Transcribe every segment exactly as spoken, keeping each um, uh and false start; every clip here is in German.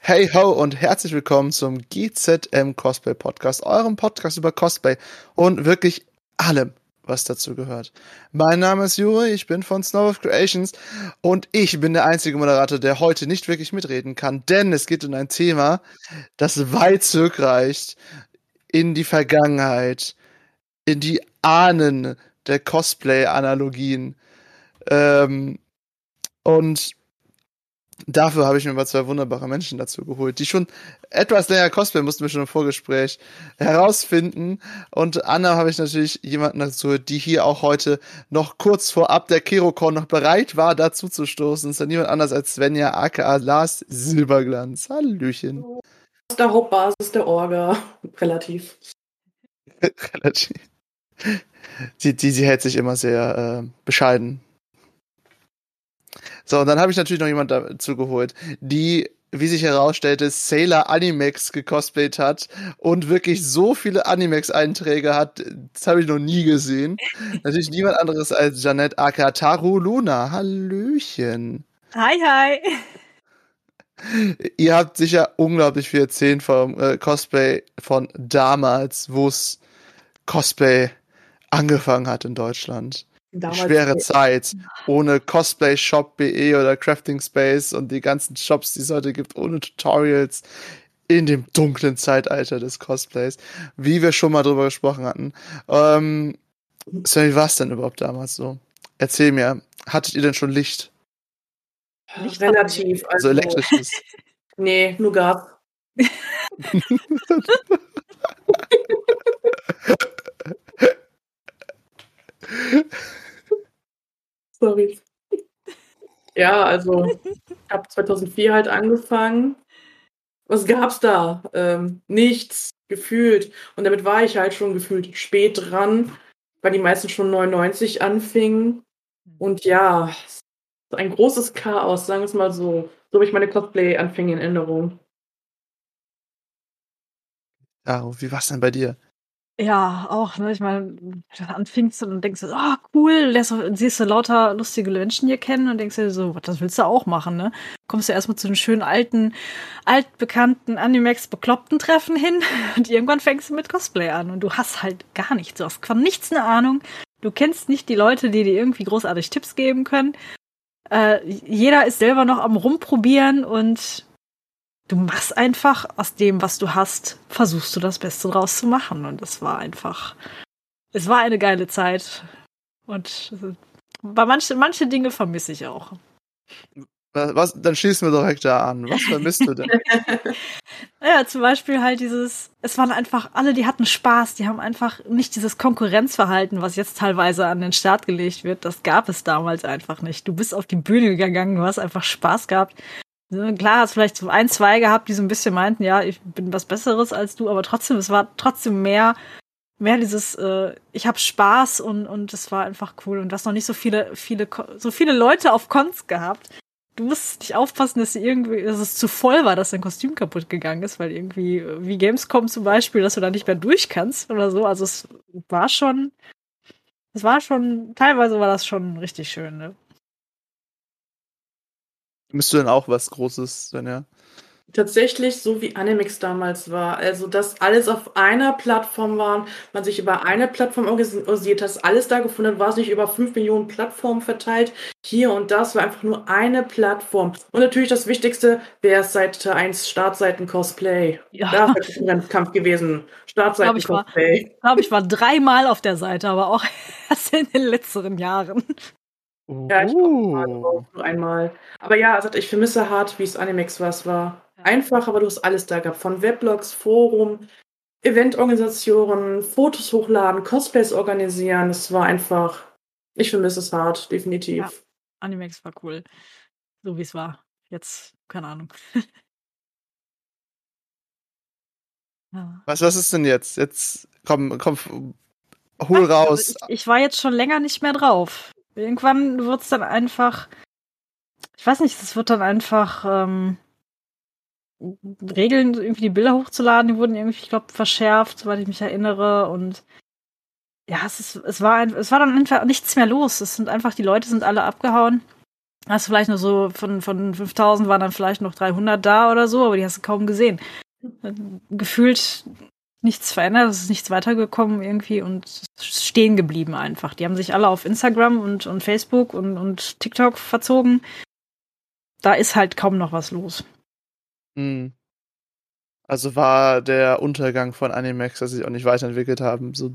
Hey ho und herzlich willkommen zum G Z M Cosplay Podcast, eurem Podcast über Cosplay und wirklich allem, was dazu gehört. Mein Name ist Juri, ich bin von Snow of Creations und ich bin der einzige Moderator, der heute nicht wirklich mitreden kann, denn es geht um ein Thema, das weit zurückreicht in die Vergangenheit, in die Ahnen der Cosplay-Analogien. Ähm, und Dafür habe ich mir mal zwei wunderbare Menschen dazu geholt, die schon etwas länger cosplayen, mussten wir schon im Vorgespräch herausfinden. Und Anna habe ich natürlich jemanden dazu, die hier auch heute noch kurz vorab der KeroCon noch bereit war, dazu zu stoßen. Das ist ja niemand anders als Svenja, aka Lars Silberglanz. Hallöchen. Aus der Hauptbasis der Orga. Relativ. Relativ. Sie, die, sie hält sich immer sehr äh, bescheiden. So, und dann habe ich natürlich noch jemand dazu geholt, die, wie sich herausstellte, Sailor Animex gecosplayt hat und wirklich so viele Animex-Einträge hat, das habe ich noch nie gesehen. Natürlich niemand anderes als Janette aka Taru Luna. Hallöchen. Hi, hi. Ihr habt sicher unglaublich viel erzählt vom äh, Cosplay von damals, wo es Cosplay angefangen hat in Deutschland. Damals schwere Zeit, ohne Cosplay-Shop punkt de oder Crafting Space und die ganzen Shops, die es heute gibt, ohne Tutorials, in dem dunklen Zeitalter des Cosplays, wie wir schon mal drüber gesprochen hatten. Ähm, so, wie war es denn überhaupt damals so? Erzähl mir, hattet ihr denn schon Licht? Licht relativ. Also, also elektrisches? Nee, nur Gas. Sorry. Ja, also ich habe zweitausendvier halt angefangen. Was gab's da? Ähm, nichts, gefühlt. Und damit war ich halt schon gefühlt spät dran, weil die meisten schon neunundneunzig anfingen. Und ja, ein großes Chaos, sagen wir es mal so. So habe ich meine Cosplay-Anfänge in Erinnerung. Ja, wie war's denn bei dir? Ja, auch, ne? Ich meine, dann anfingst du und denkst, oh, cool, lässt, siehst du lauter lustige Menschen hier kennen und denkst dir so, das willst du auch machen, ne? Kommst du erstmal zu den schönen alten, altbekannten Animex-Bekloppten-Treffen hin und irgendwann fängst du mit Cosplay an und du hast halt gar nichts, du hast von nichts eine Ahnung, du kennst nicht die Leute, die dir irgendwie großartig Tipps geben können. Äh, jeder ist selber noch am Rumprobieren und du machst einfach aus dem, was du hast, versuchst du das Beste draus zu machen. Und es war einfach, es war eine geile Zeit. Und bei manche, manche Dinge vermisse ich auch. Was, dann schließen wir direkt da an. Was vermisst du denn? Ja, zum Beispiel halt dieses, es waren einfach alle, die hatten Spaß, die haben einfach nicht dieses Konkurrenzverhalten, was jetzt teilweise an den Start gelegt wird, das gab es damals einfach nicht. Du bist auf die Bühne gegangen, du hast einfach Spaß gehabt. Klar, hast vielleicht so ein, zwei gehabt, die so ein bisschen meinten, ja, ich bin was Besseres als du, aber trotzdem, es war trotzdem mehr, mehr dieses, äh, ich hab Spaß und und es war einfach cool und du hast noch nicht so viele, viele, so viele Leute auf Cons gehabt. Du musst nicht aufpassen, dass sie irgendwie, dass es zu voll war, dass dein Kostüm kaputt gegangen ist, weil irgendwie, wie Gamescom zum Beispiel, dass du da nicht mehr durch kannst oder so. Also es war schon, es war schon, teilweise war das schon richtig schön, ne? Bist du denn auch was Großes, Svenja? Tatsächlich so wie Animex damals war. Also, dass alles auf einer Plattform war, man sich über eine Plattform organisiert hat, alles da gefunden hat, war es nicht über fünf Millionen Plattformen verteilt. Hier und das war einfach nur eine Plattform. Und natürlich das Wichtigste, wer ist Seite eins, Startseiten-Cosplay. Ja. Da ist der Konkurrenzkampf gewesen. Startseiten-Cosplay. Ich glaube, ich war dreimal auf der Seite, aber auch erst in den letzteren Jahren. Ja, ich auch nur einmal. Aber ja, also ich vermisse hart, wie es Animex was war. Einfach, aber du hast alles da gehabt. Von Weblogs, Forum, Eventorganisationen, Fotos hochladen, Cosplays organisieren. Es war einfach, ich vermisse es hart, definitiv. Ja, Animex war cool. So wie es war. Jetzt, keine Ahnung. Ja. Was, was ist denn jetzt? Jetzt, komm, komm, hol Also, raus. Ich, ich war jetzt schon länger nicht mehr drauf. Irgendwann wird es dann einfach, ich weiß nicht, es wird dann einfach, ähm, Regeln, irgendwie die Bilder hochzuladen, die wurden irgendwie, ich glaube, verschärft, soweit ich mich erinnere. Und ja, es ist, es war ein, es war dann einfach nichts mehr los. Es sind einfach, die Leute sind alle abgehauen. hast du vielleicht nur so, von, von fünftausend waren dann vielleicht noch dreihundert da oder so, aber die hast du kaum gesehen. Gefühlt nichts verändert, es ist nichts weitergekommen irgendwie und es ist stehen geblieben einfach. Die haben sich alle auf Instagram und, und Facebook und, und TikTok verzogen. Da ist halt kaum noch was los. Hm. Also war der Untergang von Animax, dass sie sich auch nicht weiterentwickelt haben. So,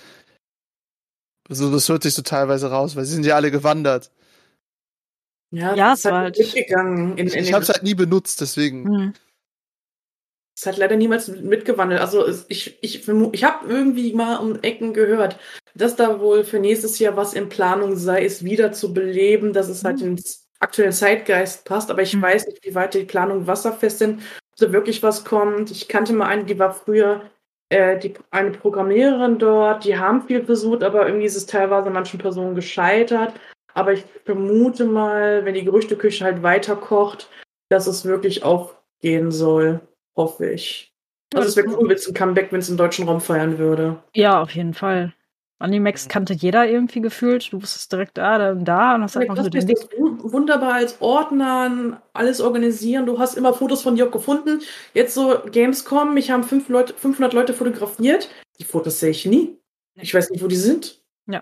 so das hört sich so teilweise raus, weil sie sind ja alle gewandert. Ja, Ja, es es ist war halt halt- mitgegangen. In, Ich, in ich den- habe es halt nie benutzt, deswegen. Hm. Es hat leider niemals mitgewandelt. Also es- ich, ich, vermu- ich habe irgendwie mal um Ecken gehört, dass da wohl für nächstes Jahr was in Planung sei, es wieder zu beleben, dass es halt Hm. ins aktuellen Zeitgeist passt. Aber ich Hm. weiß nicht, wie weit die Planungen wasserfest sind, ob da wirklich was kommt. Ich kannte mal eine, die war früher äh, die, eine Programmiererin dort. Die haben viel versucht, aber irgendwie ist es teilweise manchen Personen gescheitert. Aber ich vermute mal, wenn die Gerüchteküche halt weiterkocht, dass es wirklich aufgehen soll. Hoffe ich. Ja, Also es das- wäre cool, wenn es ein Comeback, wenn es im deutschen Raum feiern würde. Ja, auf jeden Fall. Animax kannte jeder irgendwie gefühlt. Du wusstest direkt da, da, da und hast Der einfach so Cosplay den ist das wu- wunderbar als Ordnern, alles organisieren. Du hast immer Fotos von dir gefunden. Jetzt so Gamescom, mich haben fünf Leute, fünfhundert Leute fotografiert. Die Fotos sehe ich nie. Ich weiß nicht, wo die sind.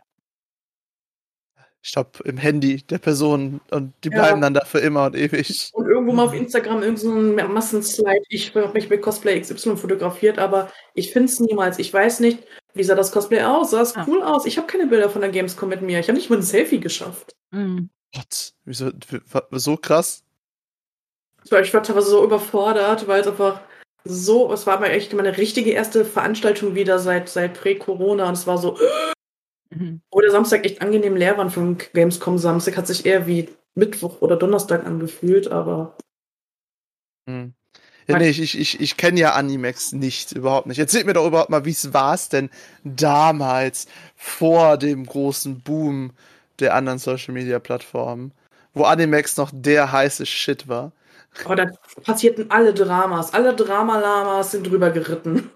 Ich glaube, im Handy der Person und die Ja. bleiben dann da für immer und ewig. Und irgendwo mal auf Instagram irgendein so Massenslide. Ich habe mich mit Cosplay X Y fotografiert, aber ich finde es niemals. Ich weiß nicht, wie sah das Cosplay aus? Sah es Ah. cool aus? Ich habe keine Bilder von der Gamescom mit mir. Ich habe nicht mal ein Selfie geschafft. Mhm. Gott, wieso so krass? Ich war, ich war teilweise so überfordert, weil es einfach so, es war aber echt meine richtige erste Veranstaltung wieder seit, seit Prä-Corona und es war so, Mhm. wo der Samstag echt angenehm leer war von Gamescom Samstag, hat sich eher wie Mittwoch oder Donnerstag angefühlt, aber Hm. Ja, nee, ich, ich, ich, ich kenne ja Animax nicht, überhaupt nicht. Erzählt mir doch überhaupt mal, wie es war es denn damals, vor dem großen Boom der anderen Social-Media-Plattformen, wo Animax noch der heiße Shit war. aber da passierten alle Dramas. Alle Dramalamas sind drüber geritten.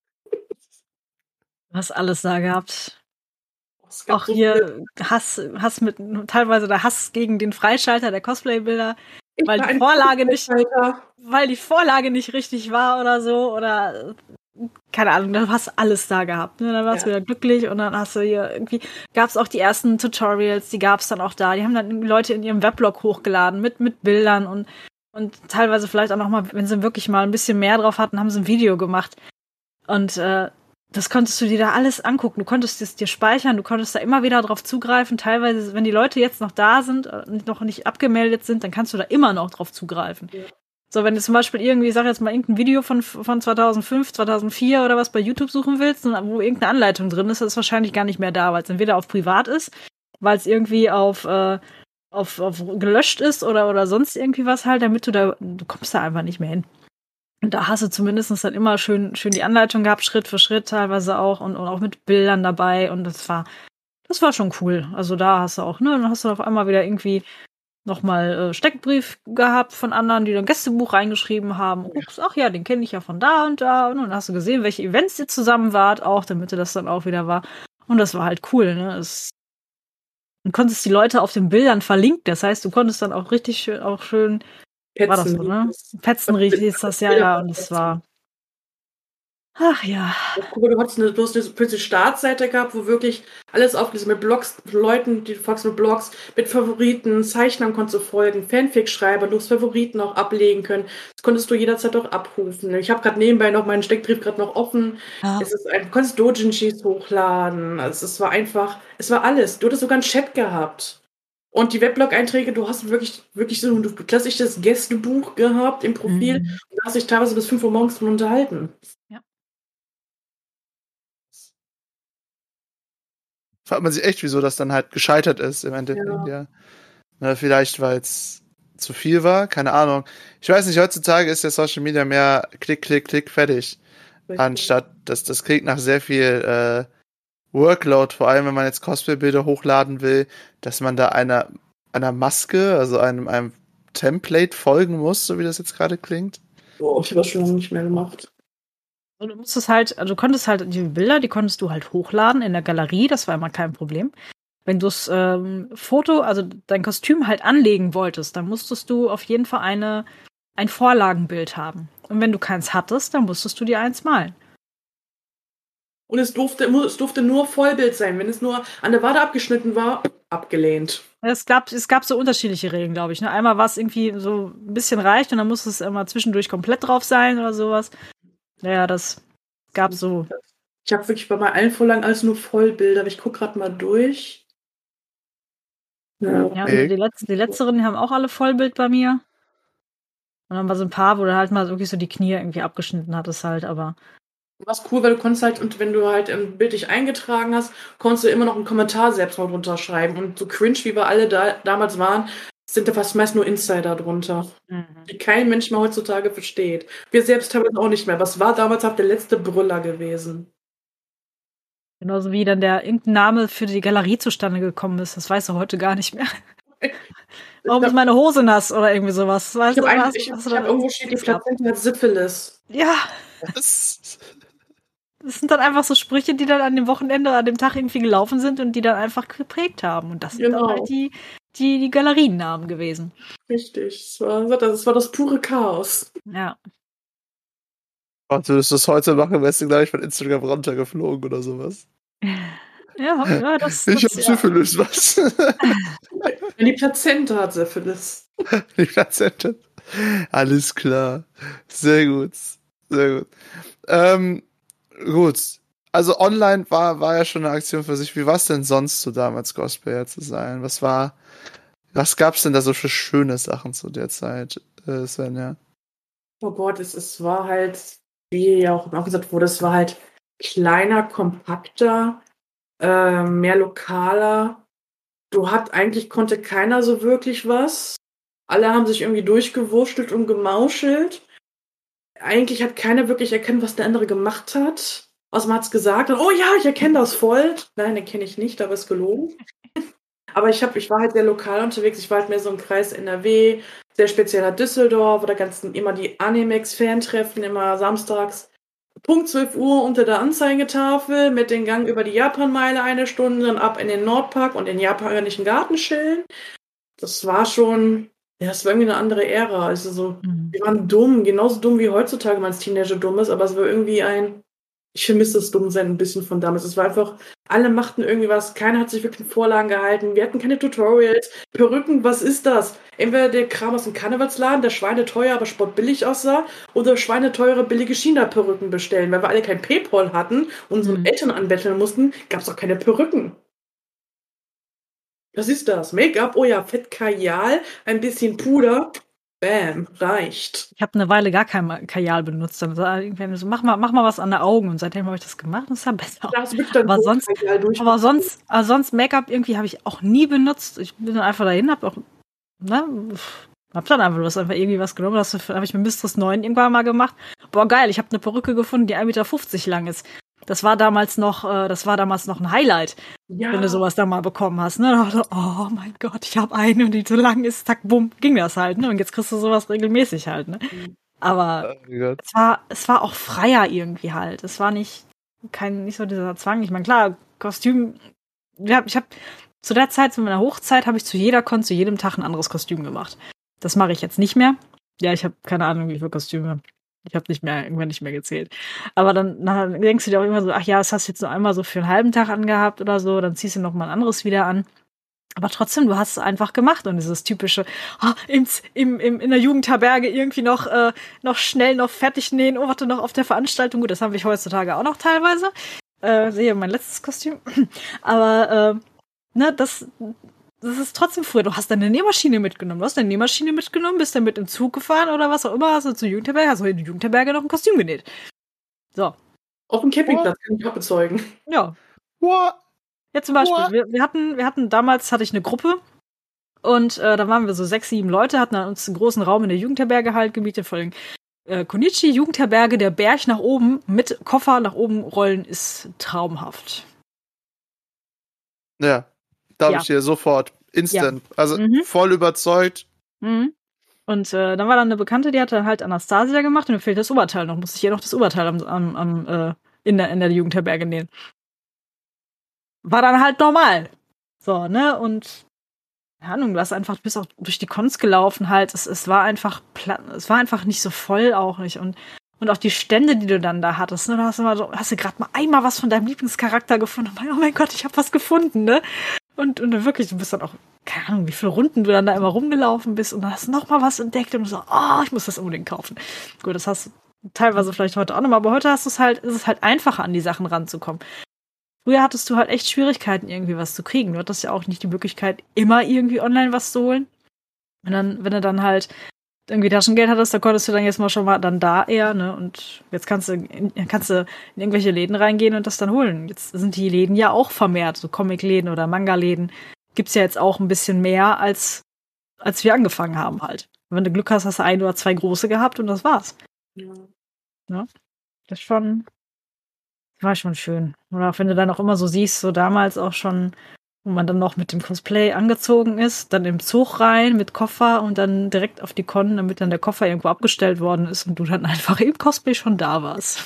Du hast alles da gehabt. Es gab Auch so hier Hass, Hass mit, teilweise der Hass gegen den Freischalter der Cosplay-Bilder, Ich weil war die ein Vorlage nicht, Alter. weil die Vorlage nicht richtig war oder so, oder keine Ahnung, du hast alles da gehabt. Ne? Dann warst du Ja. wieder glücklich und dann hast du hier irgendwie, gab es auch die ersten Tutorials, die gab es dann auch da. Die haben dann Leute in ihrem Weblog hochgeladen mit, mit Bildern und, und teilweise vielleicht auch nochmal, wenn sie wirklich mal ein bisschen mehr drauf hatten, haben sie ein Video gemacht. Und äh, das konntest du dir da alles angucken. Du konntest es dir speichern, du konntest da immer wieder drauf zugreifen. Teilweise, wenn die Leute jetzt noch da sind und noch nicht abgemeldet sind, dann kannst du da immer noch drauf zugreifen. Ja. So, wenn du zum Beispiel irgendwie, ich sag jetzt mal, irgendein Video von, von zweitausendfünf, zweitausendvier oder was bei YouTube suchen willst, und wo irgendeine Anleitung drin ist, das ist wahrscheinlich gar nicht mehr da, weil es entweder auf privat ist, weil es irgendwie auf, äh, auf, auf gelöscht ist oder, oder sonst irgendwie was halt, damit du da, du kommst da einfach nicht mehr hin. Und da hast du zumindest dann immer schön, schön die Anleitung gehabt, Schritt für Schritt teilweise auch und, und auch mit Bildern dabei und das war, das war schon cool. Also da hast du auch, ne, dann hast du auf einmal wieder irgendwie nochmal äh, Steckbrief gehabt von anderen, die dann Gästebuch reingeschrieben haben. Ups, ach ja, den kenne ich ja von da und da. Und dann hast du gesehen, welche Events ihr zusammen wart, auch damit das dann auch wieder war. Und das war halt cool, ne? Es, du konntest die Leute auf den Bildern verlinken. Das heißt, du konntest dann auch richtig schön, auch schön, war das so, ne? Petzen richtig ist das, ja, ja. Und es war, ach ja. Du hast eine, du hast eine plötzlich Startseite gehabt, wo wirklich alles aufgelistet mit Blogs, Leuten, die du folgst mit Blogs, mit Favoriten, Zeichnern konntest du folgen, Fanfic-Schreiber, du hast Favoriten auch ablegen können. Das konntest du jederzeit auch abrufen. Ich habe gerade nebenbei noch meinen Steckbrief gerade noch offen. Ja. Es ist ein, du konntest Doujinshis hochladen. Also es war einfach, es war alles. Du hattest sogar einen Chat gehabt. Und die Weblog-Einträge, du hast wirklich, wirklich so ein klassisches Gästebuch gehabt im Profil. Mhm. Und da hast dich teilweise bis fünf Uhr morgens drin unterhalten. Fragt man sich echt, wieso das dann halt gescheitert ist im Endeffekt, ja. Ja. Na, vielleicht, weil es zu viel war, keine Ahnung. Ich weiß nicht, heutzutage ist ja Social Media mehr Klick, Klick, Klick, fertig. Richtig. Anstatt, das, das klingt nach sehr viel äh, Workload, vor allem wenn man jetzt Cosplay-Bilder hochladen will, dass man da einer, einer Maske, also einem, einem Template folgen muss, so wie das jetzt gerade klingt. Oh, ich habe das schon lange nicht mehr gemacht. Und du musstest halt, also du konntest halt die Bilder, die konntest du halt hochladen in der Galerie, das war immer kein Problem. wenn du das ähm, Foto, also dein Kostüm halt anlegen wolltest, dann musstest du auf jeden Fall eine, ein Vorlagenbild haben. Und wenn du keins hattest, dann musstest du dir eins malen. Und es durfte, es durfte nur Vollbild sein. Wenn es nur an der Wade abgeschnitten war, abgelehnt. Es gab, es gab so unterschiedliche Regeln, glaube ich. Ne? Einmal war es irgendwie so ein bisschen reicht und dann musste es immer zwischendurch komplett drauf sein oder sowas. Ja, das gab so. Ich habe wirklich bei allen Vorlagen alles nur Vollbilder. Ich gucke gerade mal durch. Ja, ja also die, letzten, die letzteren die haben auch alle Vollbild bei mir. Und dann war so ein paar, wo du halt mal wirklich so die Knie irgendwie abgeschnitten hattest halt, aber. Was cool, weil du konntest halt, und wenn du halt ein Bild dich eingetragen hast, konntest du immer noch einen Kommentar selbst mal drunter schreiben. Und so cringe, wie wir alle da damals waren, sind da fast meist nur Insider drunter, mhm. die kein Mensch mehr heutzutage versteht. Wir selbst haben es auch nicht mehr. Was war damals auch der letzte Brüller gewesen? Genauso wie dann der irgendein Name für die Galerie zustande gekommen ist. Das weißt du heute gar nicht mehr. Warum ist meine Hose nass oder irgendwie sowas? Weißt ich habe was, ich, ich hab irgendwo steht, die Plazenta hat Syphilis. Ja. Das, das sind dann einfach so Sprüche, die dann an dem Wochenende oder an dem Tag irgendwie gelaufen sind und die dann einfach geprägt haben. Und das sind genau. dann halt die, die, die Galeriennamen gewesen. Richtig. Das war das, war das pure Chaos. Ja. Gott, würdest du das heute machen, wärst du, glaube ich, von Instagram runtergeflogen oder sowas. Ja, ja, das Ich das, hab Syphilis, ja. Was? Die Plazenta hat Syphilis. Die Plazenta. Alles klar. Sehr gut. Sehr gut. Ähm, gut. Also online war, war ja schon eine Aktion für sich. Wie war es denn sonst so damals, Cosplayer zu sein? Was war, was gab's denn da so für schöne Sachen zu der Zeit, äh, Svenja? Oh Gott, es, es war halt, wie ja auch gesagt wurde, es war halt kleiner, kompakter, äh, mehr lokaler. Du hat eigentlich konnte keiner so wirklich was. Alle haben sich irgendwie durchgewurschtelt und gemauschelt. Eigentlich hat keiner wirklich erkannt, was der andere gemacht hat. Außer man hat's gesagt. Und, oh ja, ich erkenne das voll. Nein, den kenne ich nicht, aber ist gelogen. Aber ich, hab, ich war halt sehr lokal unterwegs. Ich war halt mehr so im Kreis N R W, sehr spezieller Düsseldorf, oder ganz immer die Animex-Fan-Treffen, immer samstags. Punkt zwölf Uhr unter der Anzeigetafel mit dem Gang über die Japanmeile eine Stunde, dann ab in den Nordpark und den japanischen Garten chillen. Das war schon, ja, das war irgendwie eine andere Ära. Also so, mhm. wir waren dumm, genauso dumm wie heutzutage man als Teenager dumm ist, aber es war irgendwie ein, ich vermisse das Dummsein ein bisschen von damals. Es war einfach, alle machten irgendwie was, keiner hat sich wirklich in Vorlagen gehalten, wir hatten keine Tutorials, Perücken, was ist das? Entweder der Kram aus dem Karnevalsladen, der schweineteuer, aber sportbillig aussah, oder schweineteure, billige China-Perücken bestellen. Weil wir alle kein Paypal hatten und unseren mhm. Eltern anbetteln mussten, gab es auch keine Perücken. Was ist das? Make-up? Oh ja, Fett Kajal, ein bisschen Puder. Bam, reicht. Ich habe eine Weile gar kein Kajal benutzt. Dann war irgendwann so, mach mal, mach mal was an der Augen. Und seitdem habe ich das gemacht und es sah besser aus. Aber sonst, aber sonst, aber sonst Make-up irgendwie habe ich auch nie benutzt. Ich bin dann einfach dahin, hab auch, ne, hab dann einfach was, einfach irgendwie was genommen. Das habe ich mit Mistress neun irgendwann mal gemacht. Boah, geil, ich habe eine Perücke gefunden, die ein Meter fünfzig lang ist. Das war damals noch, äh, das war damals noch ein Highlight, ja. wenn du sowas da mal bekommen hast. Ne? Da dachte ich, oh mein Gott, ich habe eine und die so lang ist, zack, bumm, ging das halt. Ne? Und jetzt kriegst du sowas regelmäßig halt. Ne? Aber oh es war, es war auch freier irgendwie halt. Es war nicht, kein, nicht so dieser Zwang. Ich meine, klar, Kostüm. Ja, ich habe zu der Zeit, zu meiner Hochzeit, habe ich zu jeder Con, zu jedem Tag ein anderes Kostüm gemacht. Das mache ich jetzt nicht mehr. Ja, ich habe keine Ahnung, wie viele Kostüme. Ich habe nicht mehr, irgendwann nicht mehr gezählt. Aber dann, dann denkst du dir auch immer so, ach ja, das hast du jetzt nur einmal so für einen halben Tag angehabt oder so, dann ziehst du noch mal ein anderes wieder an. Aber trotzdem, du hast es einfach gemacht und dieses typische, ah, im, im, im, in der Jugendherberge irgendwie noch, äh, noch schnell noch fertig nähen, oh, warte, noch auf der Veranstaltung. Gut, das habe ich heutzutage auch noch teilweise. Äh, sehe mein letztes Kostüm. Aber, äh, ne, das, das ist trotzdem früher. Du hast deine Nähmaschine mitgenommen. Du hast deine Nähmaschine mitgenommen, bist dann mit im Zug gefahren oder was auch immer, hast du zur Jugendherberge, hast du in der Jugendherberge noch ein Kostüm genäht. So. Auf dem Campingplatz, What? Kann ich auch bezeugen. Ja. What? Ja, zum Beispiel. Wir, wir hatten, wir hatten, damals hatte ich eine Gruppe und äh, da waren wir so sechs, sieben Leute, hatten dann uns einen großen Raum in der Jugendherberge halt gemietet, vor allem äh, Konichi, Jugendherberge, der Berg nach oben mit Koffer nach oben rollen ist traumhaft. Ja. Da ja. habe ich dir sofort, instant, ja. also mhm. voll überzeugt. Mhm. Und äh, dann war dann eine Bekannte, die hatte halt Anastasia gemacht und mir fehlt das Oberteil noch. Musste ich ihr noch das Oberteil am, am, am, äh, in, der, in der Jugendherberge nähen. War dann halt normal. So, ne? Und keine Ahnung, du hast einfach, du bist auch durch die Cons gelaufen halt. Es, es war einfach platt, es war einfach nicht so voll auch nicht. Und, und auch die Stände, die du dann da hattest, ne? Da hast du, mal so, hast du gerade mal einmal was von deinem Lieblingscharakter gefunden. Oh mein Gott, ich habe was gefunden, ne? Und, und dann wirklich, du bist dann auch, keine Ahnung, wie viele Runden du dann da immer rumgelaufen bist und dann hast du noch mal was entdeckt und so, oh, ich muss das unbedingt kaufen. Gut, das hast du teilweise vielleicht heute auch noch mal, aber heute hast du es halt, ist es halt einfacher, an die Sachen ranzukommen. Früher hattest du halt echt Schwierigkeiten, irgendwie was zu kriegen. Du hattest ja auch nicht die Möglichkeit, immer irgendwie online was zu holen. Und dann, wenn du dann halt irgendwie Taschengeld hattest, da konntest du dann jetzt mal schon mal dann da eher, ne? Und jetzt kannst du, in, kannst du in irgendwelche Läden reingehen und das dann holen. Jetzt sind die Läden ja auch vermehrt, so Comicläden oder Manga-Läden. Gibt's ja jetzt auch ein bisschen mehr, als, als wir angefangen haben halt. Und wenn du Glück hast, hast du ein oder zwei große gehabt und das war's. Ja. Ja? Das ist schon, war schon schön. Oder auch wenn du dann auch immer so siehst, so damals auch schon, wo man dann noch mit dem Cosplay angezogen ist, dann im Zug rein mit Koffer und dann direkt auf die Con, damit dann der Koffer irgendwo abgestellt worden ist und du dann einfach im Cosplay schon da warst.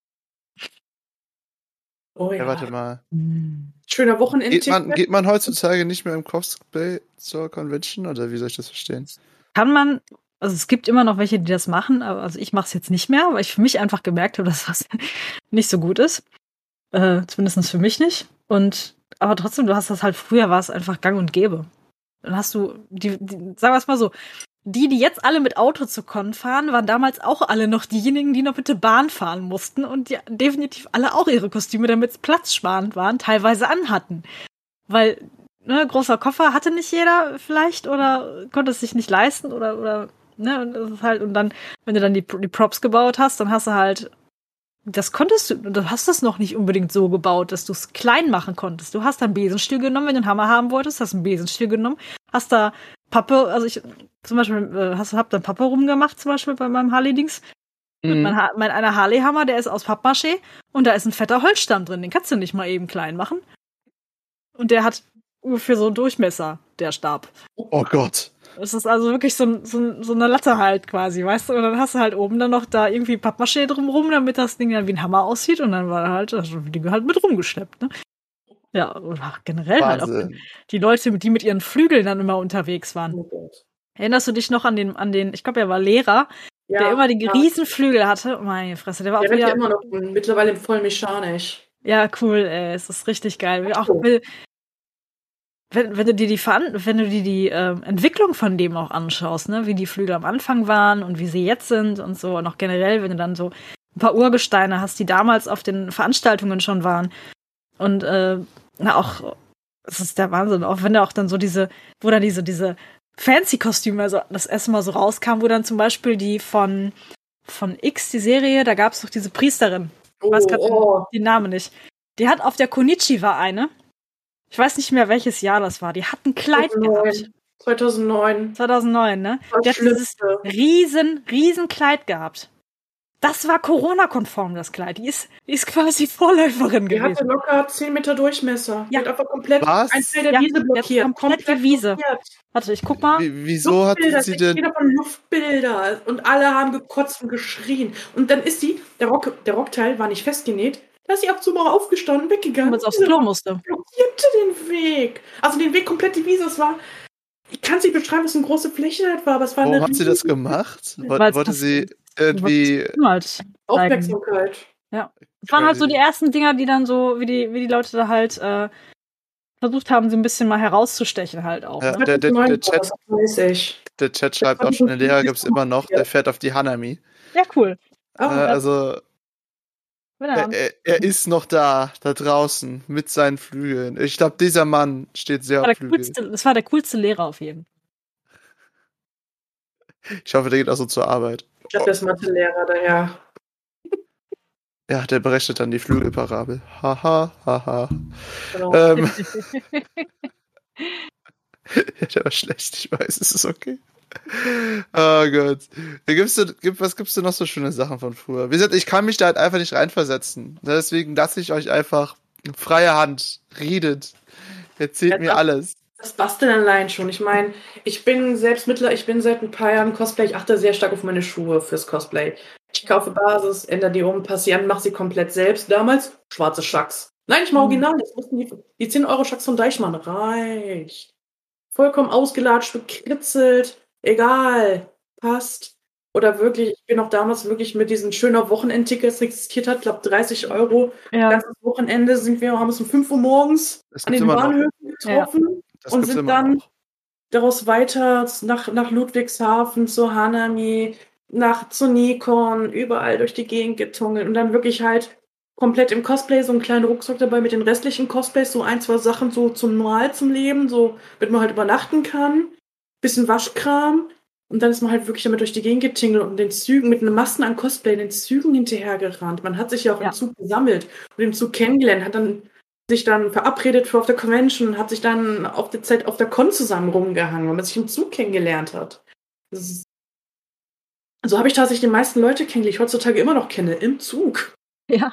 Oh ja. Ja, warte mal. Schöner Wochenendtipp. Geht man, geht man heutzutage nicht mehr im Cosplay zur Convention oder wie soll ich das verstehen? Kann man, also es gibt immer noch welche, die das machen, aber also ich mache es jetzt nicht mehr, weil ich für mich einfach gemerkt habe, dass das nicht so gut ist. Äh, zumindest für mich nicht. Und aber trotzdem, du hast das halt, früher war es einfach gang und gäbe. Dann hast du, die, die sagen wir es mal so, die, die jetzt alle mit Auto zur Con fahren, waren damals auch alle noch diejenigen, die noch mit der Bahn fahren mussten und die definitiv alle auch ihre Kostüme, damit es platzsparend waren, teilweise anhatten. Weil, ne, großer Koffer hatte nicht jeder vielleicht oder konnte es sich nicht leisten oder, oder, ne, und das ist halt, und dann, wenn du dann die, die Props gebaut hast, dann hast du halt, das konntest du, du hast das noch nicht unbedingt so gebaut, dass du es klein machen konntest. Du hast dann Besenstiel genommen, wenn du einen Hammer haben wolltest, hast einen Besenstiel genommen, hast da Pappe, also ich zum Beispiel, äh, hast, hab dann Pappe rumgemacht, zum Beispiel bei meinem Harley-Dings. Mhm. Mein, ha- mein einer Harley-Hammer, der ist aus Pappmaché und da ist ein fetter Holzstamm drin, den kannst du nicht mal eben klein machen. Und der hat ungefähr so einen Durchmesser, der Stab. Oh Gott. Es ist also wirklich so, so, so eine Latte halt quasi, weißt du? Und dann hast du halt oben dann noch da irgendwie Pappmaché drumrum, damit das Ding dann wie ein Hammer aussieht. Und dann war halt, also die halt mit rumgeschleppt, ne? Ja, oder generell halt auch die Leute, die mit ihren Flügeln dann immer unterwegs waren. Oh Gott. Erinnerst du dich noch an den, an den, ich glaube, er war Lehrer, ja, der immer die ja. riesen Flügel hatte? Oh meine Fresse, der war der auch wieder... ja immer noch mittlerweile voll mechanisch. Ja, cool, ey, es ist richtig geil. Auch will, Wenn, wenn du dir die, wenn du dir die äh, Entwicklung von dem auch anschaust, ne, wie die Flügel am Anfang waren und wie sie jetzt sind und so, und auch generell, wenn du dann so ein paar Urgesteine hast, die damals auf den Veranstaltungen schon waren. Und äh, na auch, es ist der Wahnsinn, auch wenn da auch dann so diese, wo dann diese, diese Fancy-Kostüme, also das erste Mal so rauskam, wo dann zum Beispiel die von, von X, die Serie, da gab es doch diese Priesterin. Ich weiß gerade oh. den, den Namen nicht. Die hat auf der Konichiwa eine. Ich weiß nicht mehr, welches Jahr das war. Die hat ein Kleid gehabt. zweitausendneun. zweitausendneun, ne? Die hat dieses riesen, riesen Kleid gehabt. Das war Corona-konform, das Kleid. Die ist, die ist quasi Vorläuferin die gewesen. Die hatte locker zehn Meter Durchmesser. Ja. Die hat einfach komplett Was? ein Teil der ja, Wiese blockiert. Komplett, komplett die Wiese. Blockiert. Warte, ich guck mal. Wie, wieso hat sie denn... Jeder von Luftbilder. Und alle haben gekotzt und geschrien. Und dann ist sie, der, Rock, der Rockteil war nicht festgenäht. Da ist sie ab und zu mal aufgestanden, weggegangen. Weil sie aufs Klo musste. Blockierte den Weg. Also den Weg komplett die Wiese. Es war... Ich kann es nicht beschreiben, was eine große Fläche halt war, aber es war... Warum hat sie das gemacht? Wollte, wollte sie irgendwie... Halt Aufmerksamkeit. Ja. Das waren halt so die ersten Dinger, die dann so, wie die, wie die Leute da halt äh, versucht haben, so ein bisschen mal herauszustechen halt auch. Ja, ne? der, der, der, Chat, das weiß ich. der Chat schreibt auch schon, den Lehrer gibt es immer noch, der fährt auf die Hanami. Ja, cool. Oh, äh, also... Er, er, er ist noch da, da draußen, mit seinen Flügeln. Ich glaube, dieser Mann steht sehr auf Flügeln. Coolste, das war der coolste Lehrer auf jeden Fall. Ich hoffe, der geht auch so zur Arbeit. Ich glaube, der ist Mathelehrer, daher. Ja, der berechnet dann die Flügelparabel. Haha, haha. Genau. Ähm, ja, der war schlecht, ich weiß, es ist okay. Oh Gott. Gibst du, gib, was gibst du noch so schöne Sachen von früher? Wie gesagt, ich kann mich da halt einfach nicht reinversetzen. Deswegen lasse ich euch einfach freie Hand. Redet. Erzählt ja, mir das, alles. Das Basteln allein schon. Ich meine, ich bin selbst mittler, ich bin seit ein paar Jahren Cosplay. Ich achte sehr stark auf meine Schuhe fürs Cosplay. Ich kaufe Basis, ändere die um, passe sie an, mache sie komplett selbst. Damals schwarze Schacks. Nein, nicht mal original. Das mussten die, die zehn Euro Schacks von Deichmann. Reicht. Vollkommen ausgelatscht, bekritzelt. Egal. Passt. Oder wirklich, ich bin auch damals wirklich mit diesen schönen Wochenendtickets existiert hat, ich glaube dreißig Euro. Ja. Ganzes Wochenende sind wir, haben uns um fünf Uhr morgens Das an gibt's den immer noch. Bahnhöfen getroffen Das und gibt's sind immer dann noch. daraus weiter nach, nach Ludwigshafen, zu Hanami, nach zu Nikon, überall durch die Gegend getungelt und dann wirklich halt komplett im Cosplay, so einen kleinen Rucksack dabei mit den restlichen Cosplays, so ein, zwei Sachen so zum Normal zum Leben, so damit man halt übernachten kann, bisschen Waschkram und dann ist man halt wirklich damit durch die Gegend getingelt und den Zügen, mit einem Massen an Cosplay in den Zügen hinterhergerannt. Man hat sich ja auch Ja. im Zug gesammelt und im Zug kennengelernt, hat dann sich dann verabredet für auf der Convention, hat sich dann auf der Zeit auf der Con zusammen rumgehangen, weil man sich im Zug kennengelernt hat. Das ist, so habe ich tatsächlich die meisten Leute kennengelernt, die ich heutzutage immer noch kenne, im Zug. Ja.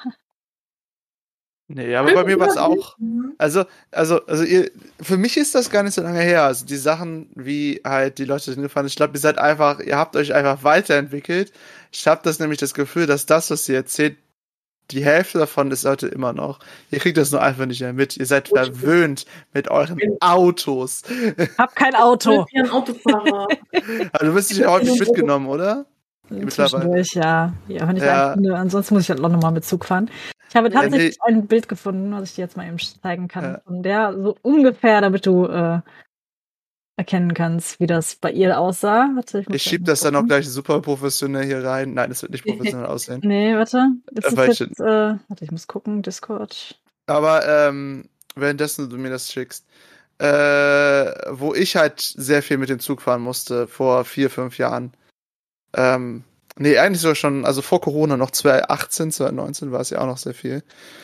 Nee, aber bei mir war es auch. Mhm. Also, also, also ihr, für mich ist das gar nicht so lange her. Also die Sachen, wie halt die Leute hingefahren sind, ich glaube, ihr seid einfach, ihr habt euch einfach weiterentwickelt. Ich habe das nämlich das Gefühl, dass das, was ihr erzählt, die Hälfte davon ist heute immer noch. Ihr kriegt das nur einfach nicht mehr mit. Ihr seid verwöhnt mit euren Autos. Hab kein Ich Auto. bin wie ein Autofahrer. Also du bist nicht häufig mitgenommen, oder? Zwischendurch, ja. Ja, wenn ich Ja. einen finde. Ansonsten muss ich halt auch nochmal mit Zug fahren. Ich habe Ja, tatsächlich ein Bild gefunden, was ich dir jetzt mal eben zeigen kann. Ja. Von der so ungefähr, damit du äh, erkennen kannst, wie das bei ihr aussah. Warte, ich muss Ich gleich schieb mal das dann auch gucken. gleich super professionell hier rein. Nein, das wird nicht professionell aussehen. Nee, warte. Das ist Aber ich- jetzt, äh, warte, ich muss gucken. Discord. Aber ähm, währenddessen du mir das schickst, äh, wo ich halt sehr viel mit dem Zug fahren musste, vor vier, fünf Jahren. Ähm, nee, eigentlich sogar schon, also vor Corona noch zwanzig achtzehn, zwanzig neunzehn war es ja auch noch sehr viel.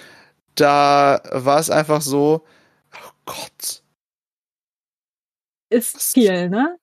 Da war es einfach so, oh Gott. Ist Was- viel, ne?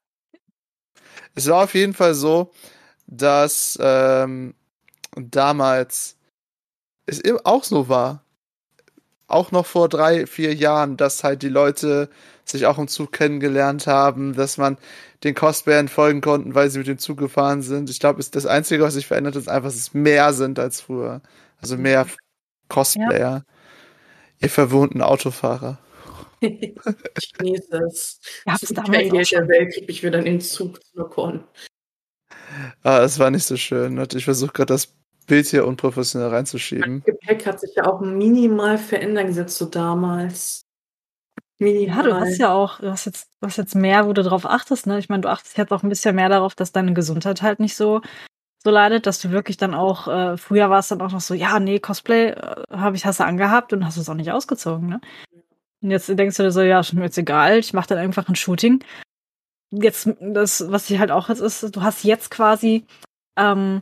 Es war auf jeden Fall so, dass ähm, damals es eben auch so war. Auch noch vor drei, vier Jahren, dass halt die Leute sich auch im Zug kennengelernt haben, dass man den Cosplayern folgen konnten, weil sie mit dem Zug gefahren sind. Ich glaube, das Einzige, was sich verändert, ist einfach, dass es mehr sind als früher. Also mehr Cosplayer. Ihr verwohnten Autofahrer. Ich genieße es. Gab's Das ist damals kein auch Geld schon. der Welt, krieg ich wieder in den Zug zu Con. Ah, es war nicht so schön. Und ich versuche gerade das Bild hier unprofessionell reinzuschieben. Gepäck hat sich ja auch minimal verändern gesetzt zu damals. Minimal. Ja, du hast ja auch, du hast jetzt, du hast jetzt mehr, wo du drauf achtest, ne? Ich meine, du achtest jetzt auch ein bisschen mehr darauf, dass deine Gesundheit halt nicht so, so leidet, dass du wirklich dann auch, äh, früher war es dann auch noch so, ja, nee, Cosplay äh, habe ich, hast du angehabt und hast es auch nicht ausgezogen, ne? Und jetzt denkst du dir so, ja, ist mir jetzt egal, ich mache dann einfach ein Shooting. Jetzt, das, was ich halt auch jetzt ist, du hast jetzt quasi ähm,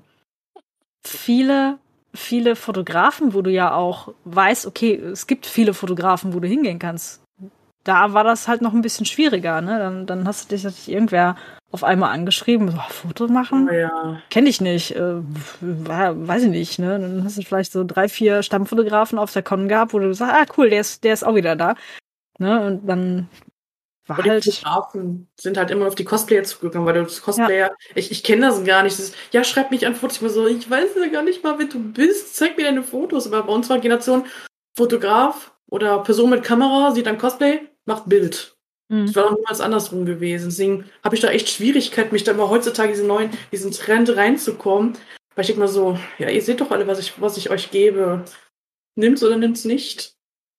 viele, viele Fotografen, wo du ja auch weißt, okay, es gibt viele Fotografen, wo du hingehen kannst. Da war das halt noch ein bisschen schwieriger, ne? Dann, dann hast du dich natürlich irgendwer auf einmal angeschrieben, so, Foto machen? Oh ja. Kenn ich nicht, äh, war, weiß ich nicht, ne? Dann hast du vielleicht so drei, vier Stammfotografen auf der Con gehabt, wo du sagst, ah cool, der ist, der ist auch wieder da. Ne? Und dann war Aber die halt. Fotografen sind halt immer auf die Cosplayer zugegangen, weil du das Cosplayer, ich, ich kenne das gar nicht. Das ist, ja, schreib mich an Fotos. Ich war so, ich weiß ja gar nicht mal, wer du bist. Zeig mir deine Fotos. Aber bei uns war Generation Fotograf oder Person mit Kamera, sieht ein Cosplay, macht Bild. Mhm. Das war noch niemals andersrum gewesen. Deswegen habe ich da echt Schwierigkeit, mich da immer heutzutage diesen neuen, diesen Trend reinzukommen. Weil ich denke mal so, ja, ihr seht doch alle, was ich, was ich euch gebe. Nimmt's oder nimmt's nicht.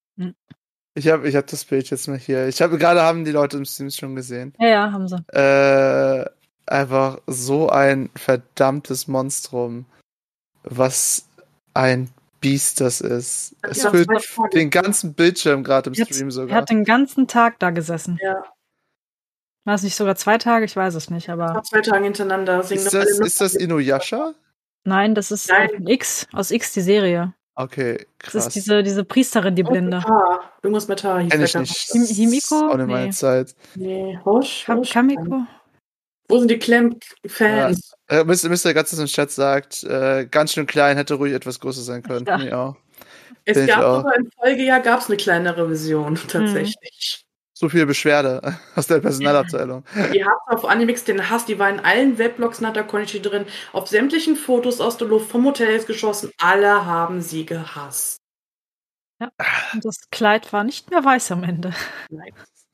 Ich habe ich hab das Bild jetzt mal hier. Ich habe gerade haben die Leute im Stream schon gesehen. Ja, ja, haben sie. Äh, einfach so ein verdammtes Monstrum. Was ein Biest das ist. Das Es ist füllt zwei Tage. den ganzen Bildschirm gerade im Er hat, Stream er sogar. hat den ganzen Tag da gesessen. Ja, War es nicht sogar zwei Tage? Ich weiß es nicht, aber. nach zwei Tagen hintereinander. Singen Ist noch das, alle noch- ist das Inuyasha? Nein, das ist Nein. äh, von X, aus X die Serie. Okay, Das krass. ist diese, diese Priesterin, die Blinde. Irgendwas mit Haar. Irgendwas mit Haar hieß Kenn der ich Charakter. nicht. Him- Das Himiko? ist Auch nicht meine Nee. Zeit. Nee, Hosch, Ka Hosch. Kamiko? Wo sind die Clamp-Fans? Äh, Mister Mister Gatz im Chat sagt, äh, ganz schön klein, hätte ruhig etwas größer sein können. Ja. Ja. auch. Es Bin ich gab auch. sogar im Folgejahr gab's eine kleinere Version, tatsächlich. So viel Beschwerde aus der Personalabteilung. Die hat auf Animix den Hass, die war in allen Weblogs nach der Konichi drin, auf sämtlichen Fotos aus der Luft vom Hotel geschossen. Alle haben sie gehasst. Ja. Und das Kleid war nicht mehr weiß am Ende. Nein.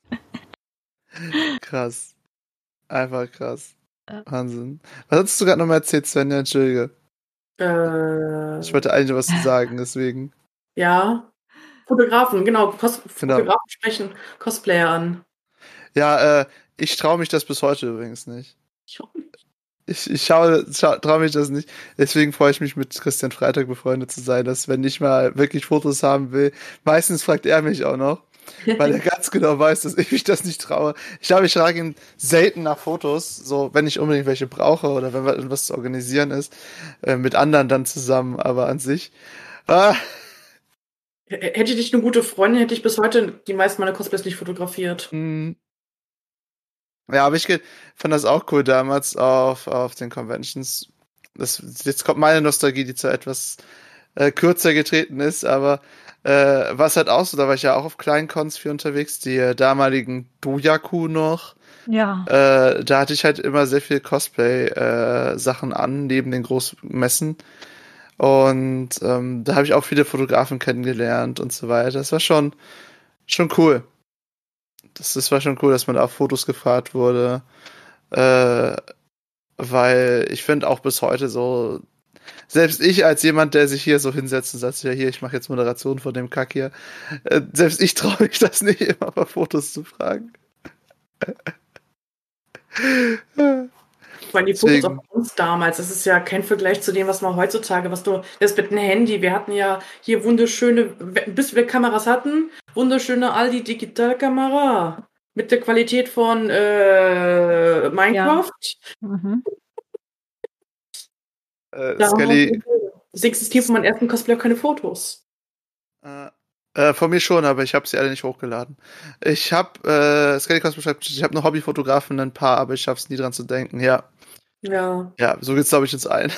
Krass. Einfach krass. Ja. Wahnsinn. Was hast du gerade nochmal erzählt, Svenja? Entschuldige. Äh, Ich wollte eigentlich was zu sagen, deswegen. ja. Fotografen, genau. Cos Genau. Fotografen sprechen Cosplayer an. Ja, äh, ich traue mich das bis heute übrigens nicht. Ich auch nicht. Ich, ich schaue, schau, traue mich das nicht. Deswegen freue ich mich, mit Christian Freitag befreundet zu sein, dass wenn ich mal wirklich Fotos haben will, meistens fragt er mich auch noch, weil er ganz genau weiß, dass ich mich das nicht traue. Ich glaube, ich frage ihn selten nach Fotos, so wenn ich unbedingt welche brauche oder wenn was zu organisieren ist, äh, mit anderen dann zusammen, aber an sich. Ah, Hätte ich nicht eine gute Freundin, hätte ich bis heute die meisten meiner Cosplays nicht fotografiert. mh. Ja, aber ich ge- fand das auch cool damals auf, auf den Conventions. Das, jetzt kommt meine Nostalgie, die zwar etwas äh, kürzer getreten ist, aber äh, war es halt auch so, da war ich ja auch auf kleinen Cons viel unterwegs, die äh, damaligen Dojaku noch. Ja. Äh, da hatte ich halt immer sehr viel Cosplay-Sachen an, neben den Großmessen. Und ähm, da habe ich auch viele Fotografen kennengelernt und so weiter. Das war schon, schon cool. Das, das war schon cool, dass man da auf Fotos gefragt wurde. Äh, weil ich finde auch bis heute so, selbst ich als jemand, der sich hier so hinsetzt und sagt, ja hier, ich mache jetzt Moderation von dem Kack hier, äh, selbst ich traue mich das nicht, immer bei Fotos zu fragen. Vor allem die Fotos Deswegen. auf uns damals, das ist ja kein Vergleich zu dem, was man heutzutage, was du, das mit dem Handy, wir hatten ja hier wunderschöne, bis wir Kameras hatten, wunderschöne Aldi Digitalkamera mit der Qualität von äh, Minecraft. Mhm. Äh, Da haben wir Skelly, uns- Es existieren von meinem ersten Cosplay auch keine Fotos. äh, äh, von mir schon, aber ich habe sie alle nicht hochgeladen. Ich habe, äh, Skelly Cosmo schreibt, ich habe eine Hobbyfotografen, ein paar, aber ich schaff's nie dran zu denken. Ja, Ja. ja, so geht's glaube ich uns allen.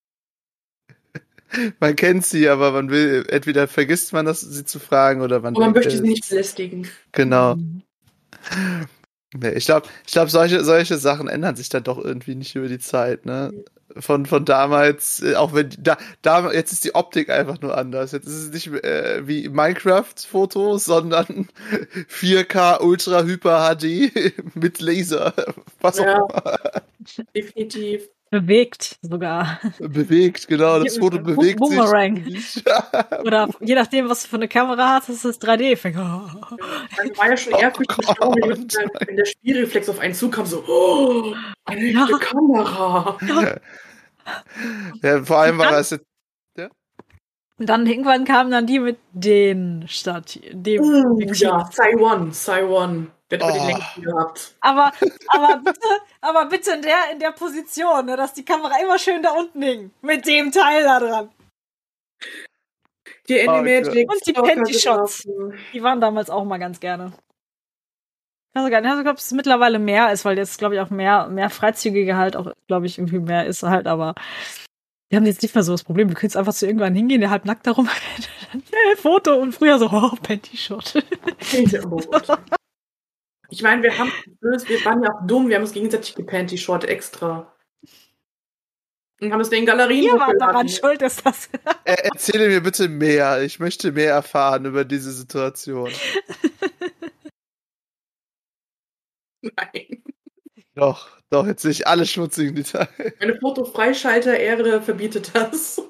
Man kennt sie, aber man will, entweder vergisst man das, sie zu fragen, oder man Aber man denkt, möchte sie äh, nicht belästigen. genau. Mhm. Nee, ich glaube, ich glaub, solche, solche Sachen ändern sich dann doch irgendwie nicht über die Zeit, ne? Von, von damals, äh, auch wenn die- da, da, jetzt ist die Optik einfach nur anders. Jetzt ist es nicht äh, wie Minecraft-Fotos, sondern vier K Ultra Hyper H D mit Laser. Was auch Ja. immer. Definitiv. Bewegt sogar. Bewegt, genau. Das Foto Bu- bewegt Boomerang. sich. Oder je nachdem, was du für eine Kamera hast, ist es drei D-Effekt. Man war ja schon Oh ehrfürchtig Gott. erstaunt, wenn der- wenn der Spielreflex auf einen zukam, so, oh, eine Ja. echte Kamera. Ja, vor allem war das jetzt. Und dann irgendwann kamen dann die mit den statt dem. Uh, Pixel. ja, Saiwan, Saiwan. Der hat aber Oh. den längsten gehabt. Aber, aber bitte, aber bitte in der, in der Position, ne, dass die Kamera immer schön da unten hing. Mit dem Teil da dran. Die Oh Animagic. Und die Panty-Shots. Die waren damals auch mal ganz gerne. Also gar nicht, also, ich glaube, es mittlerweile mehr ist, weil jetzt, glaube ich, auch mehr, mehr freizügige halt auch, glaube ich, irgendwie mehr ist halt, aber wir haben jetzt nicht mehr so das Problem. Wir können jetzt einfach zu irgendwann hingehen, der halb nackt darum hey, Foto und früher so, oh, Panty-Shot. Ich meine, wir haben, wir waren ja auch dumm, wir haben uns gegenseitig gepanty-shot extra. Und haben es in Galerien Ihr wart daran hochgeladen. schuld, ist das. Er, erzähle mir bitte mehr. Ich möchte mehr erfahren über diese Situation. Nein. Doch, doch, jetzt sehe ich alle schmutzigen Details. Meine Fotofreischalter-Ehre verbietet das.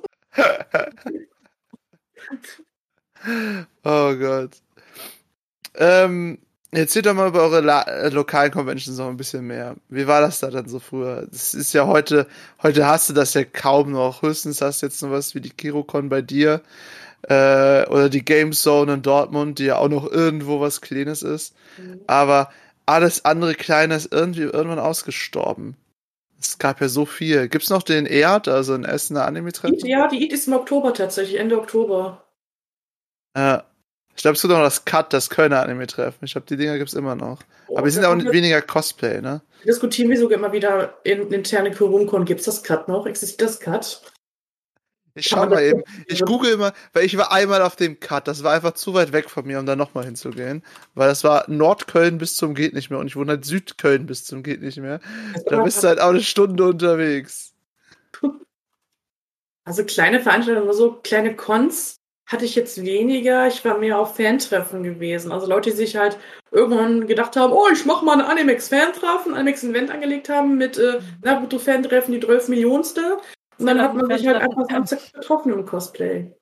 Oh Gott. Ähm, erzählt doch mal über eure La äh, lokalen Conventions noch ein bisschen mehr. Wie war das da dann so früher? Das ist ja heute, heute hast du das ja kaum noch. Höchstens hast du jetzt noch was wie die KiroCon bei dir. Äh, oder die Game Zone in Dortmund, die ja auch noch irgendwo was Kleines ist. Aber alles andere Kleine ist irgendwie irgendwann ausgestorben. Es gab ja so viel. Gibt's noch den Erd, also ein Essener Anime-Treffen? Ja, die Eid ist im Oktober tatsächlich, Ende Oktober. Ja. Ich glaube, es gibt auch noch das Cut, das Kölner Anime-Treffen. Ich glaube, die Dinger gibt's immer noch. Aber die sind auch nicht weniger Cosplay, ne? Diskutieren wir sogar immer wieder in interne Kurumkon. Gibt es das Cut noch? Existiert das Cut? Ich schau mal eben. Ich google immer, weil ich war einmal auf dem Cut. Das war einfach zu weit weg von mir, um da nochmal hinzugehen. Weil das war Nordköln bis zum geht nicht mehr und ich wohne halt Südköln bis zum geht nicht mehr. Da bist du halt auch eine Stunde unterwegs. Also kleine Veranstaltungen, so kleine Cons hatte ich jetzt weniger. Ich war mehr auf Fantreffen gewesen. Also Leute, die sich halt irgendwann gedacht haben, oh, ich mach mal ein Animex-Fantreffen, Animex-Event angelegt haben mit äh, Naruto-Fantreffen, die zwölf Millionste. Und dann hat man sich halt einfach Samstag getroffen im Cosplay.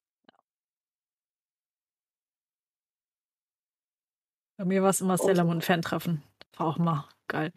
Bei mir war es immer Sailor Moon Fan-Treffen. Das war auch mal geil.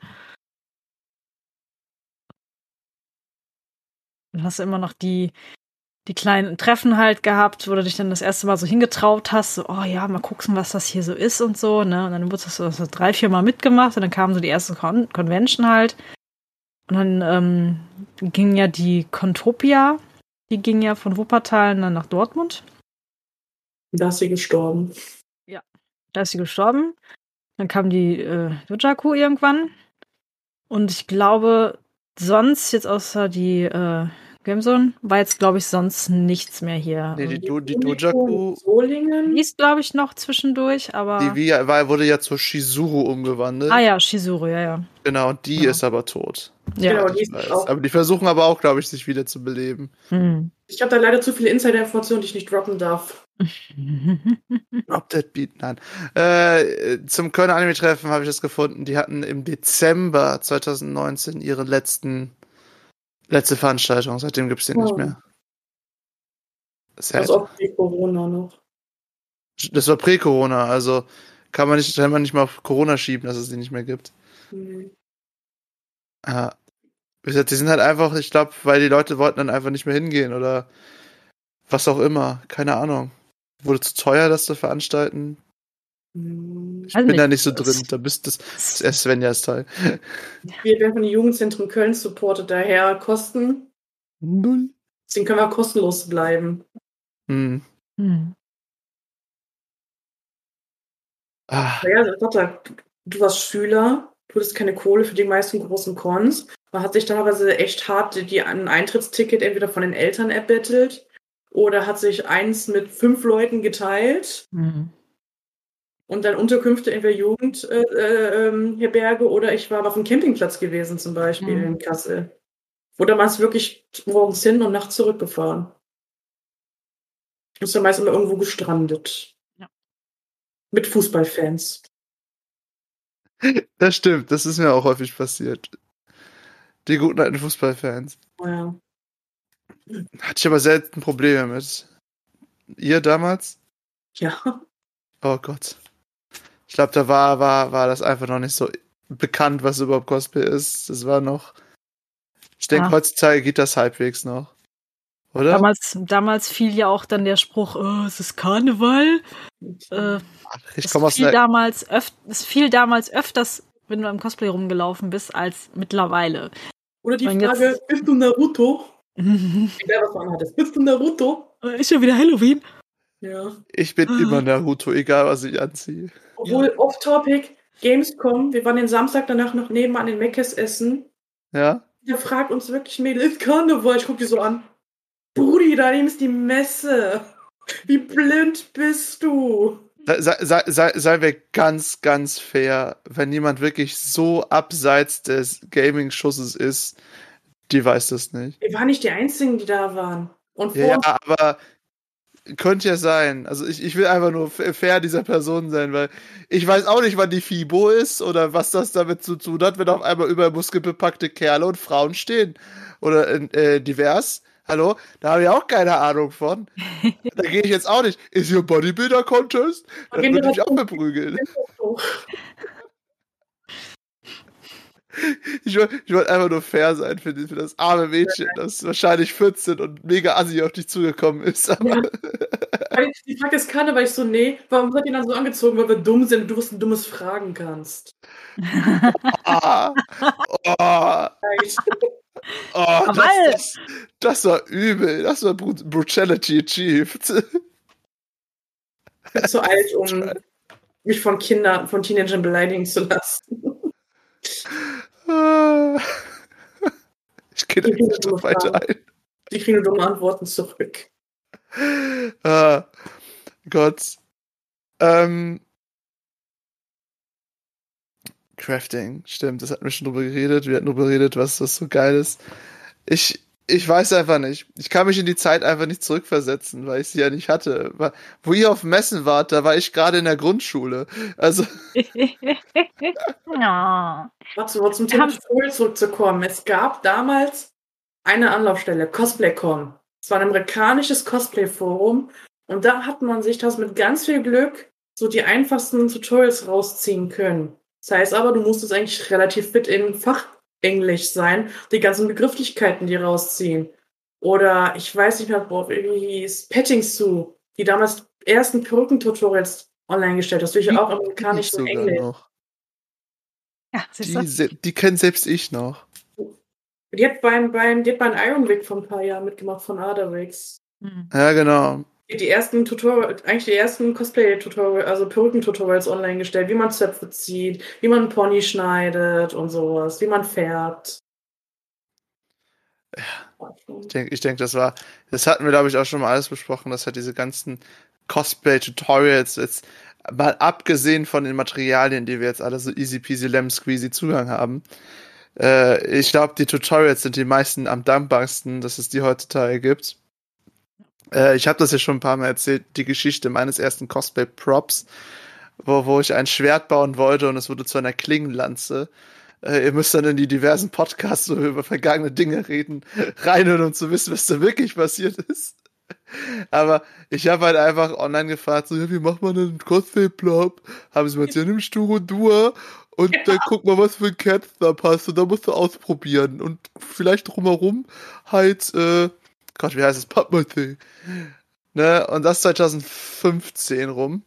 Dann hast du immer noch die, die kleinen Treffen halt gehabt, wo du dich dann das erste Mal so hingetraut hast, so, oh ja, mal gucken, was das hier so ist und so, ne? Und dann wurdest du so drei, vier Mal mitgemacht und dann kam so die erste Con- Convention halt. Und dann ähm, ging ja die Contopia, die ging ja von Wuppertal dann nach Dortmund. Da ist sie gestorben. Ja, da ist sie gestorben. Dann kam die äh, Dojaku irgendwann. Und ich glaube, sonst jetzt außer die äh, Gamezone war jetzt, glaube ich, sonst nichts mehr hier. Nee, die, Die, Do die Dojaku Dojaku, Solingen. Die ist, glaube ich, noch zwischendurch, aber. die wie, war, wurde ja zur Shizuru umgewandelt. Ah ja, Shizuru, ja, ja. Genau, und die Ja. ist aber tot. Ja. Genau, Ich die ist weiß. auch. Aber die versuchen aber auch, glaube ich, sich wieder zu beleben. Hm. Ich habe da leider zu viele Insider-Informationen, die ich nicht droppen darf. Drop that beat, nein. Äh, zum Kölner Anime-Treffen habe ich das gefunden. Die hatten im Dezember zwanzig neunzehn ihre letzten letzte Veranstaltung. Seitdem gibt es den Oh. nicht mehr. Sad. Also auch wie Corona noch. Das war Prä-Corona, also kann man nicht, kann man nicht mal auf Corona schieben, dass es die nicht mehr gibt. Mhm. Ja. Wie gesagt, die sind halt einfach, ich glaube, weil die Leute wollten dann einfach nicht mehr hingehen oder was auch immer. Keine Ahnung. Wurde zu teuer, das zu veranstalten. Mhm. Ich Weiß bin nicht, da nicht so das- drin. Da bist das, das ist Svenjas Teil. Wir werden von den Jugendzentren Köln supportet, daher Kosten. Null. Deswegen können wir kostenlos bleiben. Hm. Hm. Ah, Naja, Vater, du warst Schüler, du hattest keine Kohle für die meisten großen Cons. Man hat sich teilweise echt hart die, ein Eintrittsticket entweder von den Eltern erbettelt oder hat sich eins mit fünf Leuten geteilt Hm. und dann Unterkünfte entweder Jugendherberge äh, ähm, Herberge oder ich war aber auf dem Campingplatz gewesen zum Beispiel Mhm. in Kassel. Oder man ist wirklich morgens hin und nachts zurückgefahren. Ist dann meist immer irgendwo gestrandet. Ja. Mit Fußballfans. das stimmt. Das ist mir auch häufig passiert. Die guten alten Fußballfans. Ja. Hatte ich aber selten Probleme mit. Ihr damals? Ja. Oh Gott. Ich glaube, da war, war, war das einfach noch nicht so bekannt, was überhaupt Cosplay ist. Das war noch. Ich denke, Ja. heutzutage geht das halbwegs noch. Oder? Damals, damals fiel ja auch dann der Spruch, oh, es ist Karneval. Äh, Ach, ich es, komme aus fiel einer. damals öf- es fiel damals öfters, wenn du im Cosplay rumgelaufen bist, als mittlerweile. Oder die Und Frage, jetzt- bist du Naruto? Egal, was du anhattest. Bist du Naruto? Ist schon wieder Halloween. Ja. Ich bin immer Naruto, egal was ich anziehe. Obwohl, off-topic, Gamescom, wir waren den Samstag danach noch nebenan in Meckes essen. Ja? Der fragt uns wirklich, Mädel, ist Karneval? Ich guck die so an. Brudi, da ist die Messe. Wie blind bist du? Sei, sei, sei, seien wir ganz, ganz fair. Wenn jemand wirklich so abseits des Gaming-Schusses ist, die weiß das nicht. Wir waren nicht die Einzigen, die da waren. Und vor Ja, uns ja, aber könnte ja sein. Also ich, ich will einfach nur fair dieser Person sein, weil ich weiß auch nicht, wann die FIBO ist oder was das damit zu tun hat, wenn auf einmal überall muskelbepackte Kerle und Frauen stehen. Oder äh, divers. Hallo? Da habe ich auch keine Ahnung von. Da gehe ich jetzt auch nicht. Ist hier Bodybuilder-Contest? Dann gehen würde wir ich mich doch- auch verprügeln. hoch. Ich wollte ich wollt einfach nur fair sein für, die, für das arme Mädchen, das wahrscheinlich vierzehn und mega assi auf dich zugekommen ist. Aber Ja. Weil die Frage ist Karneval, ich so, nee, warum seid ihr dann so angezogen, weil wir dumm sind und du was Dummes fragen kannst? ah, oh, oh, das, Jawohl. das, das war übel. Das war Brut Brutality achieved. Ich bin zu alt, um mich von Kindern, von Teenagern beleidigen zu lassen. Ah. Ich gehe da Die kriegen nicht dumme drauf weiter Fragen. ein. Die kriegen nur dumme Antworten zurück. Ah, Gott. Ähm, Crafting, stimmt, das hatten wir schon drüber geredet. Wir hatten drüber geredet, was das so geil ist. Ich, Ich weiß einfach nicht. Ich kann mich in die Zeit einfach nicht zurückversetzen, weil ich sie ja nicht hatte. Wo ihr auf Messen wart, da war ich gerade in der Grundschule. Also. No. Warte, um zum Thema Tutorial zurückzukommen. Es gab damals eine Anlaufstelle, CosplayCon. Es war ein amerikanisches Cosplay-Forum und da hat man sich das mit ganz viel Glück so die einfachsten Tutorials rausziehen können. Das heißt aber, du musstest eigentlich relativ fit in Fachenglisch sein, die ganzen Begrifflichkeiten, die rausziehen. Oder ich weiß nicht mehr, worauf irgendwie hieß, Petting Sue, die damals ersten Perücken-Tutorials online gestellt hast, durch auch amerikanisch und Englisch. Noch. Ja, die, se- die kennt selbst ich noch. Die hat beim, beim, die hat beim Iron Week vor ein paar Jahren mitgemacht von Aderwix. Hm. Ja, genau. Die, die ersten Tutorials, eigentlich die ersten Cosplay-Tutorials, also Perücken-Tutorials online gestellt, wie man Zöpfe zieht, wie man einen Pony schneidet und sowas, wie man färbt. Ja. Ich denke, ich denk, das war, das hatten wir, glaube ich, auch schon mal alles besprochen, dass halt diese ganzen Cosplay-Tutorials jetzt, mal abgesehen von den Materialien, die wir jetzt alle so easy peasy lemon squeezy Zugang haben, äh, ich glaube, die Tutorials sind die meisten am dankbarsten, dass es die heutzutage gibt. Äh, ich habe das ja schon ein paar Mal erzählt, die Geschichte meines ersten Cosplay-Props, wo, wo ich ein Schwert bauen wollte und es wurde zu einer Klingenlanze. Äh, ihr müsst dann in die diversen Podcasts, wo wir über vergangene Dinge reden, reinhören, um zu wissen, was da wirklich passiert ist. Aber ich habe halt einfach online gefragt, so, ja, wie macht man einen Cosplay-Plop? Haben sie mal erzählt, nimm Styrodur und ja. Dann guck mal, was für ein Cat da passt und dann musst du ausprobieren und vielleicht drumherum halt, äh, Gott, wie heißt es? Pappmaché. Ne? Und das zwanzig fünfzehn rum.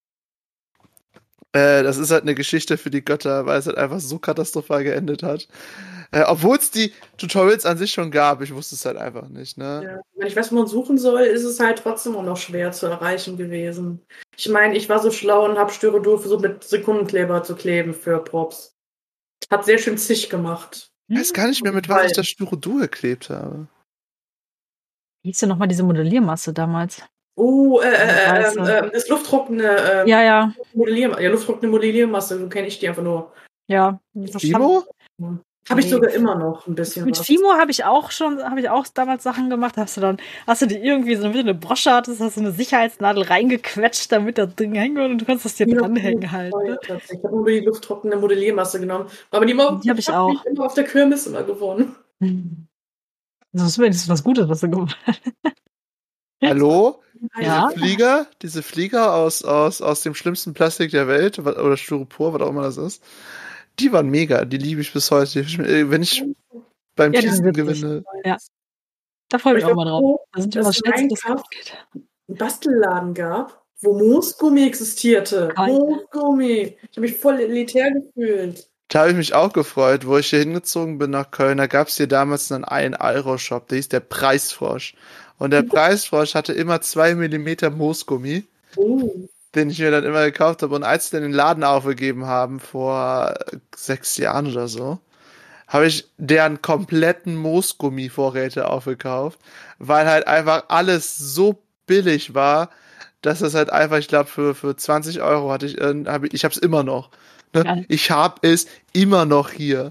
Äh, das ist halt eine Geschichte für die Götter, weil es halt einfach so katastrophal geendet hat. Äh, Obwohl es die Tutorials an sich schon gab, ich wusste es halt einfach nicht, ne? Ja, wenn ich weiß, wo man suchen soll, ist es halt trotzdem auch noch schwer zu erreichen gewesen. Ich meine, ich war so schlau und habe Styrodur versucht mit Sekundenkleber zu kleben für Props. Hat sehr schön zig gemacht. Ich weiß gar nicht mehr, mit was ich das Styrodur geklebt habe. Wie hieß denn nochmal diese Modelliermasse damals? Oh, äh, äh, äh, das lufttrockene äh, ja, ja. Modellier ja, lufttrockene Modelliermasse, so kenne ich die einfach nur. Ja. Fimo? Habe hab ich sogar immer noch ein bisschen. Mit was. Fimo habe ich auch schon, habe ich auch damals Sachen gemacht. Hast du dann, hast du die irgendwie so eine Brosche hattest, hast du eine Sicherheitsnadel reingequetscht, damit das Ding hängt und du kannst das dir ja, dranhängen halt. Ne? Ich habe nur die lufttrockene Modelliermasse genommen. Aber die, immer, die habe ich auch. Ich immer auf der Kirmes immer gewonnen. Das ist wenigstens was Gutes, was du gewonnen hast. Hallo? Ja? Diese Flieger, diese Flieger aus, aus, aus dem schlimmsten Plastik der Welt, oder Styropor, was auch immer das ist, die waren mega, die liebe ich bis heute. Wenn ich beim ja, Testen gewinne. Ja. Da freue ich mich auch mal drauf. Da sind immer schnellste, das geht. Einen Bastelladen gab, wo Moosgummi existierte. Kein. Moosgummi. Ich habe mich voll elitär gefühlt. Da habe ich mich auch gefreut, wo ich hier hingezogen bin nach Köln. Da gab es hier damals einen ein Euro Shop, der hieß der Preisfrosch. Und der Preisfrosch hatte immer zwei Millimeter Moosgummi, uh. den ich mir dann immer gekauft habe. Und als sie den Laden aufgegeben haben, vor sechs Jahren oder so, habe ich deren kompletten Moosgummi-Vorräte aufgekauft, weil halt einfach alles so billig war, dass das halt einfach, ich glaube, für, für zwanzig Euro hatte ich, äh, hab ich, ich habe es immer noch. Ne? Ja. Ich habe es immer noch hier.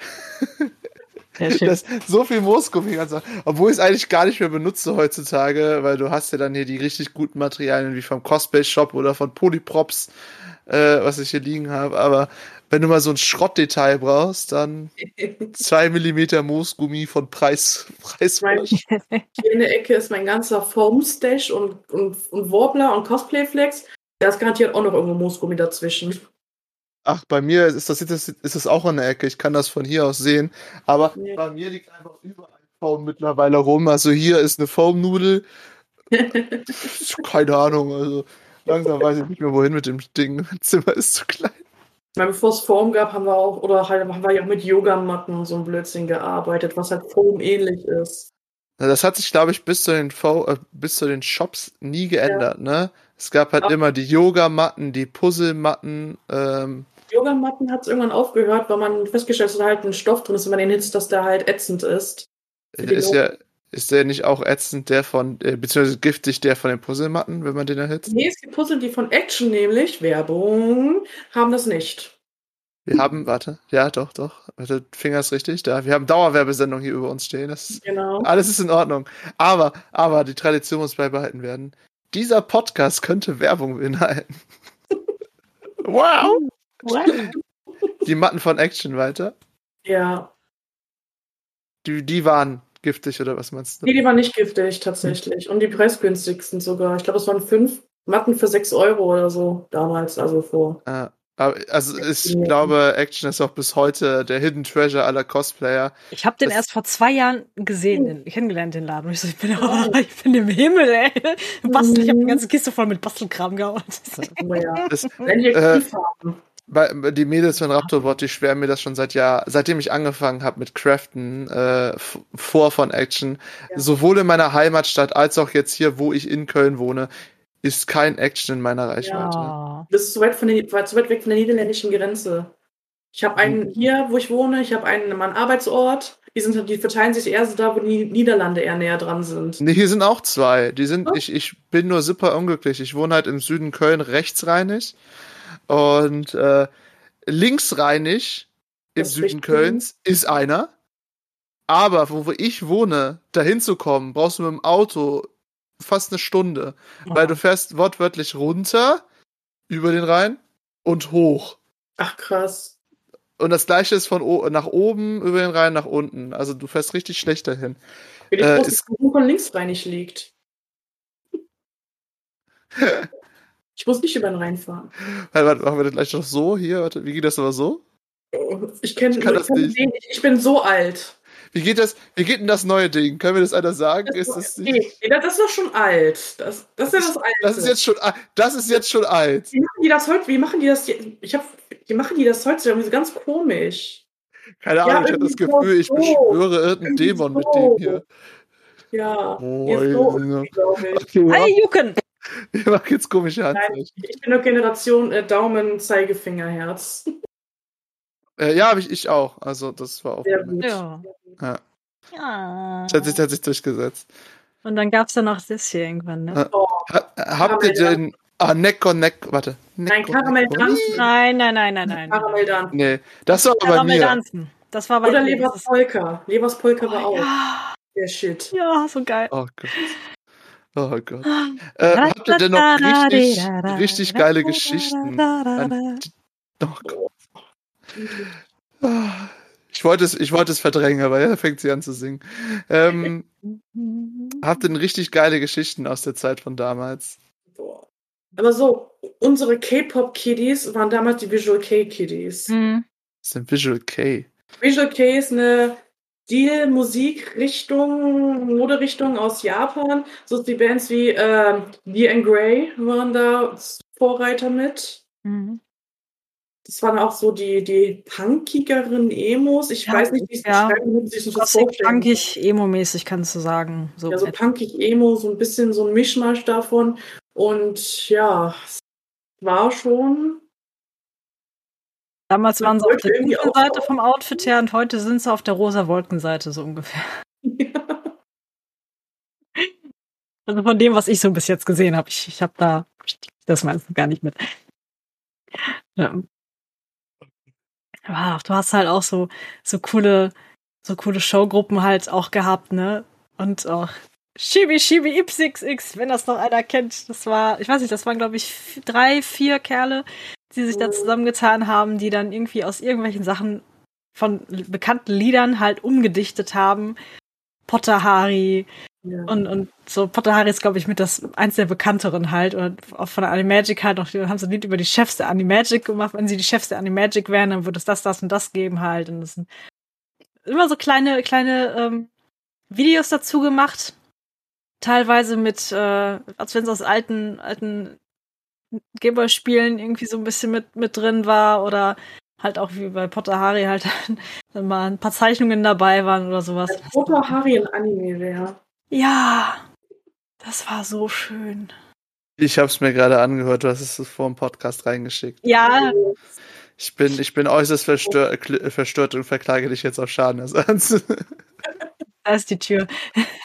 Das, so viel Moosgummi, also, obwohl ich es eigentlich gar nicht mehr benutze heutzutage, weil du hast ja dann hier die richtig guten Materialien wie vom Cosplay Shop oder von Polyprops, äh, was ich hier liegen habe, aber wenn du mal so ein Schrottdetail brauchst, dann zwei Millimeter Moosgummi von Preis, Preisfrosch. Hier in der Ecke ist mein ganzer Foam-Stash und, und, und Warbler und Cosplay-Flex. Da ist garantiert auch noch irgendwo Moosgummi dazwischen. Ach, bei mir ist das, ist das auch in der Ecke. Ich kann das von hier aus sehen. Aber ja. Bei mir liegt einfach überall Foam mittlerweile rum. Also hier ist eine Foam-Nudel. Keine Ahnung. Also langsam weiß ich nicht mehr, wohin mit dem Ding. Mein Zimmer ist zu klein. Meine, bevor es Foam gab, haben wir auch, oder halt, haben wir ja auch mit Yogamatten und so ein Blödsinn gearbeitet, was halt Foam ähnlich ist. Das hat sich, glaube ich, bis zu den Fo- äh, bis zu den Shops nie geändert, ja. Ne? Es gab halt Ach. immer die Yogamatten, die Puzzlematten. Ähm, Yogamatten hat es irgendwann aufgehört, weil man festgestellt hat, dass da halt ein Stoff drin ist, wenn man den hitzt, dass der halt ätzend ist. Ist ja, ist der nicht auch ätzend, der von, äh, beziehungsweise giftig, der von den Puzzlematten, wenn man den erhitzt? Nee, es gibt Puzzle, die von Action nämlich, Werbung, haben das nicht. Wir haben, warte, ja, doch, doch. Warte, Finger ist richtig. Da, wir haben Dauerwerbesendung hier über uns stehen. Das ist, Genau. alles ist in Ordnung. Aber, aber die Tradition muss beibehalten werden. Dieser Podcast könnte Werbung beinhalten. Wow! Wow. Die Matten von Action weiter. Ja. Die, die waren giftig, oder was meinst du? Nee, die waren nicht giftig, tatsächlich. Und die preisgünstigsten sogar. Ich glaube, es waren fünf Matten für sechs Euro oder so damals, also vor. Ah, aber, also ich glaube, Action ist auch bis heute der Hidden Treasure aller Cosplayer. Ich habe den Das- erst vor zwei Jahren gesehen, den, kennengelernt, den Laden. Und ich so, ich bin, oh, ich bin im Himmel, ey. Bastel, ich habe eine ganze Kiste voll mit Bastelkram gehauen. Aber ja. Das, Wenn die äh, aktiv haben. bei, die Mädels von Raptorbot, die schwärmen mir das schon seit Jahr, seitdem ich angefangen habe mit Craften, äh, f- vor von Action. Ja. Sowohl in meiner Heimatstadt als auch jetzt hier, wo ich in Köln wohne, ist kein Action in meiner Reichweite. Ja. Das ist zu weit, von der, war zu weit weg von der niederländischen Grenze. Ich habe einen hier, wo ich wohne, ich habe einen meinen Arbeitsort. Die, sind, die verteilen sich eher so da, wo die Niederlande eher näher dran sind. Nee, hier sind auch zwei. Die sind, Oh. ich, ich bin nur super unglücklich. Ich wohne halt im Süden Köln rechtsrheinig und äh, linksrheinig im Das Süden Richtige. Kölns ist einer. Aber wo, wo ich wohne, dahin zu kommen, brauchst du mit dem Auto fast eine Stunde. Weil du fährst wortwörtlich runter über den Rhein und hoch. Ach, krass. Und das gleiche ist von o- nach oben über den Rhein nach unten. Also du fährst richtig schlecht dahin. Wie die Äh, große ist- Kuh von links reinig liegt. Ich muss nicht über den Rhein fahren. Warte, warte, machen wir das gleich noch so hier? Warte, wie geht das aber so? Ich kenne Ich kann das nicht. Ich, ich bin so alt. Wie geht das? Wie geht denn das neue Ding? Können wir das einer sagen? Das, Ist das, nee, nicht, nee, das ist doch schon alt. Das, das ist ja das Alte. das ist jetzt schon, a- das ist jetzt schon alt. Wie machen die das heute? Wie machen die das? je- Ich hab, wie machen die das heute? Irgendwie so ganz komisch. Keine Ja, Ahnung, ich habe das irgendwie so, Gefühl, ich so. beschwöre irgendeinen Irgendwie Dämon mit so. dem hier. Ja, die Oh, ist so, ja. glaube ich. Okay, ja. Hi, Jucken! Ich mach jetzt komische Nein, Handzeichen. ich bin nur Generation äh, Daumen, Zeigefinger, Herz. Äh, ja, hab ich, ich auch. Also das war auch. Sehr gut. Ja. Ja. Ja. Das hat sich, das hat sich durchgesetzt. Und dann gab's dann noch das hier irgendwann, ne? Oh, Ha, habt ihr den. Ah, Necko, Neck. Warte. nein, Necko, Karamell Necko. Danzen. Nein, nein, nein, nein, nein. Karamell Danzen. Nee, das war bei Karamell mir. Danzen. Das war bei Oder mir. Levers Das ist- Polka. Levers Polka war auch Ja, der Shit. ja, so geil. Oh Gott. Oh Gott. Äh, habt ihr denn noch richtig, richtig geile Geschichten? An, oh Gott. Ah, Ich wollte es, ich wollte es verdrängen, aber ja, fängt sie an zu singen. Ähm, habt ihr denn richtig geile Geschichten aus der Zeit von damals? Boah. Aber so, unsere K-Pop-Kiddies waren damals die Visual K-Kiddies. Hm. Das ist ein Visual K. Visual K ist eine Stil-Musikrichtung, Moderichtung aus Japan. So die Bands wie äh, Lee and Grey waren da Vorreiter mit. Mhm. Das waren auch so die, die punkigeren Emos. Ich Ja, weiß nicht, wie ich es ja. beschreiben würde, sich das Gothic, vorstellen. punkig, emo-mäßig, kannst du sagen. So Ja, so mit- punkig Emo, so ein bisschen so ein Mischmasch davon. Und ja, es war schon. Damals waren sie auf wollte der irgendwie dunklen Seite auch- vom Outfit her und heute sind sie auf der rosa Wolkenseite, so ungefähr. Also von dem, was ich so bis jetzt gesehen habe. Ich, ich habe da das meistens gar nicht mit. Ja. Aber du hast halt auch so, so coole, so coole Showgruppen halt auch gehabt, ne? Und auch Shibi Shibi X X X, wenn das noch einer kennt. Das war, ich weiß nicht, das waren, glaube ich, f- drei, vier Kerle, die sich da zusammengetan haben, die dann irgendwie aus irgendwelchen Sachen von l- bekannten Liedern halt umgedichtet haben. Potterhari Ja. und, und so. Potterhari ist, glaube ich, mit das eins der bekannteren halt. Und auch von der Animagic halt noch, die haben so ein Lied über die Chefs der Animagic gemacht. Wenn sie die Chefs der Animagic wären, dann würde es das, das und das geben halt. Und das sind immer so kleine, kleine ähm, Videos dazu gemacht. Teilweise mit, äh, als wenn es aus alten, alten Gameboy-Spielen irgendwie so ein bisschen mit, mit drin war oder halt auch wie bei Potterhari halt dann mal ein paar Zeichnungen dabei waren oder sowas. Als Potterhari ein Anime wäre. Ja, das war so schön. Ich habe es mir gerade angehört, du hast es vor dem Podcast reingeschickt. Ja, Ich bin, ich bin äußerst verstör, kl- verstört und verklage dich jetzt auf Schadenersatz. da ist die Tür.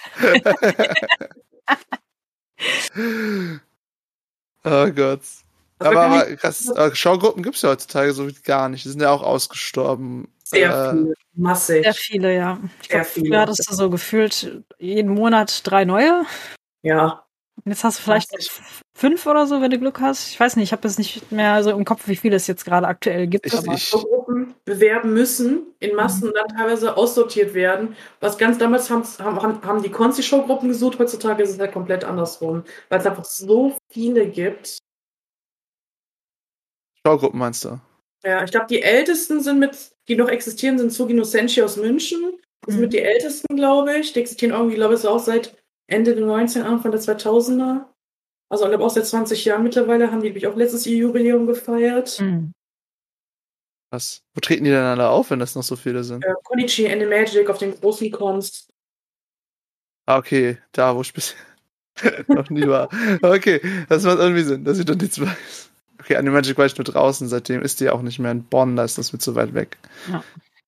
Oh Gott. Also Aber, da kann aber ich krass, äh, Schaugruppen gibt es ja heutzutage so gar nicht. Die sind ja auch ausgestorben. sehr Äh, viele, massig. Sehr viele, ja. Ich Sehr glaube, früher viele. hattest du so gefühlt jeden Monat drei neue. Ja. Und jetzt hast du vielleicht noch Massig. f- fünf oder so, wenn du Glück hast. Ich weiß nicht, ich habe jetzt nicht mehr so im Kopf, wie viele es jetzt gerade aktuell gibt. ich, Aber ich, Gruppen bewerben müssen, in Massen und dann teilweise aussortiert werden. Was ganz damals haben, haben, haben die Konzi-Show-Gruppen gesucht, heutzutage ist es halt komplett andersrum, weil es einfach so viele gibt. Schaugruppen meinst du? Ja, ich glaube, die ältesten sind mit, die noch existieren, sind Sugino Senshi aus München. Das sind Mhm. mit die ältesten, glaube ich. Die existieren irgendwie, glaube ich, so auch seit Ende der neunzehnhunderter, Anfang der zweitausender. Also, ich glaube, auch seit zwanzig Jahren mittlerweile haben die, glaube ich, auch letztes ihr Jubiläum gefeiert. Mhm. Was? Wo treten die denn alle auf, wenn das noch so viele sind? Äh, Konichi, Animagic auf den großen Cons. Ah, okay, da, wo ich bisher noch nie war. Okay, das macht irgendwie Sinn, dass ich dann die zwei. Okay, Animagic war ich nur draußen, seitdem ist die auch nicht mehr in Bonn, da ist das mit so weit weg. Ja.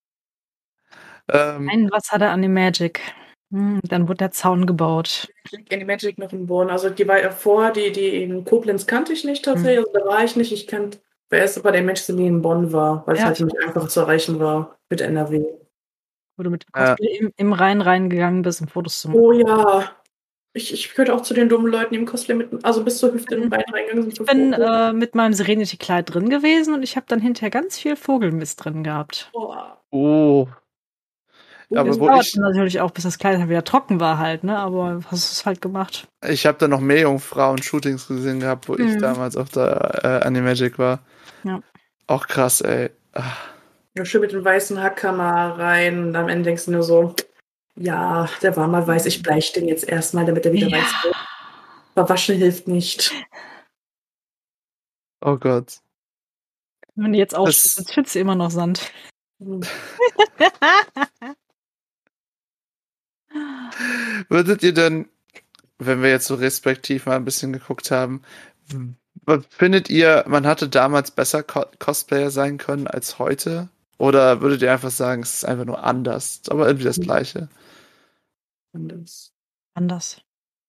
Ähm, Ein was hat er an dem Magic? Hm, dann wurde der Zaun gebaut. Animagic noch in Bonn. Also, die war ja vor, die, die in Koblenz kannte ich nicht tatsächlich. Mhm. Also, da war ich nicht. Ich kannte, wer erst bei der Mensch, die in Bonn war, weil es Ja. halt nicht einfach zu erreichen war mit N R W. Wo du mit dem Ja. Cosplay im, im Rhein reingegangen bist, um Fotos zu machen. Oh ja. Ich, ich gehörte auch zu den dummen Leuten, die im Cosplay mit, also bis zur Hüfte im Bein reingegangen sind. Ich bin äh, mit meinem Serenity-Kleid drin gewesen und ich habe dann hinterher ganz viel Vogelmist drin gehabt. Boah. oh. Aber Das wo dauert ich, natürlich auch, bis das Kleid halt wieder trocken war halt, ne? Aber hast du es halt gemacht. ich habe da noch mehr Jungfrauen-Shootings gesehen gehabt, wo ich Mhm. damals auf der äh, Animagic war. Ja. Auch krass, ey. Ah. Ja, schön mit dem weißen Hackhammer rein und am Ende denkst du nur so, ja, der war mal weiß, ich bleich den jetzt erstmal, damit er wieder Ja. weiß wird. Aber waschen hilft nicht. Oh Gott. Wenn die jetzt Das- aufschützt, jetzt schützt sie immer noch Sand. Würdet ihr denn, wenn wir jetzt so respektiv mal ein bisschen geguckt haben, w- findet ihr, man hatte damals besser Co Cosplayer sein können als heute? Oder würdet ihr einfach sagen, es ist einfach nur anders, aber irgendwie das Gleiche? Anders. Anders.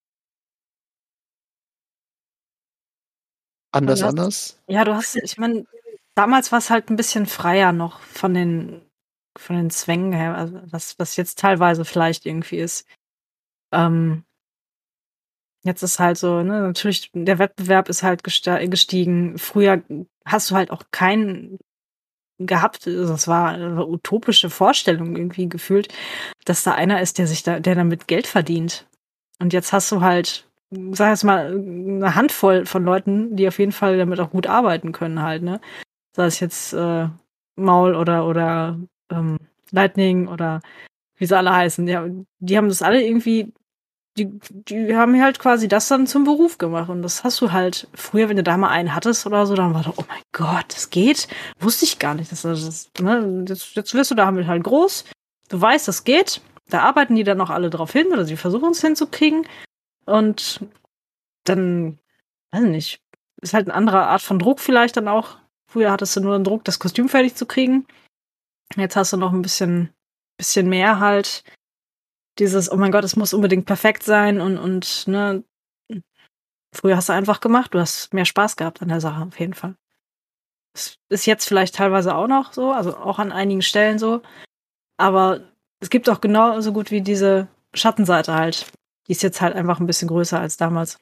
Anders, Du hast- anders? Ja, du hast, ich meine, damals war es halt ein bisschen freier noch von den, von den Zwängen her, also was, was jetzt teilweise vielleicht irgendwie ist. Ähm, jetzt ist halt so, ne, natürlich, der Wettbewerb ist halt gesta- gestiegen. Früher hast du halt auch keinen gehabt, also das war eine utopische Vorstellung irgendwie gefühlt, dass da einer ist, der sich da, der damit Geld verdient. Und jetzt hast du halt, sag jetzt mal, eine Handvoll von Leuten, die auf jeden Fall damit auch gut arbeiten können halt, ne? Sei es jetzt äh, Maul oder oder ähm, Lightning oder wie sie alle heißen. Ja, die haben das alle irgendwie, die, die haben halt quasi das dann zum Beruf gemacht. Und das hast du halt früher, wenn du da mal einen hattest oder so, dann war doch, oh mein Gott, das geht. Wusste ich gar nicht. Das, das, ne? jetzt, jetzt wirst du damit halt groß. Du weißt, das geht. Da arbeiten die dann auch alle drauf hin oder sie versuchen es hinzukriegen. Und dann, weiß ich nicht, ist halt eine andere Art von Druck vielleicht dann auch. Früher hattest du nur den Druck, das Kostüm fertig zu kriegen. Jetzt hast du noch ein bisschen, bisschen mehr halt dieses, oh mein Gott, es muss unbedingt perfekt sein und, und, ne, früher hast du einfach gemacht, du hast mehr Spaß gehabt an der Sache, auf jeden Fall. Das ist jetzt vielleicht teilweise auch noch so, also auch an einigen Stellen so. Aber es gibt auch genauso gut wie diese Schattenseite halt. Die ist jetzt halt einfach ein bisschen größer als damals.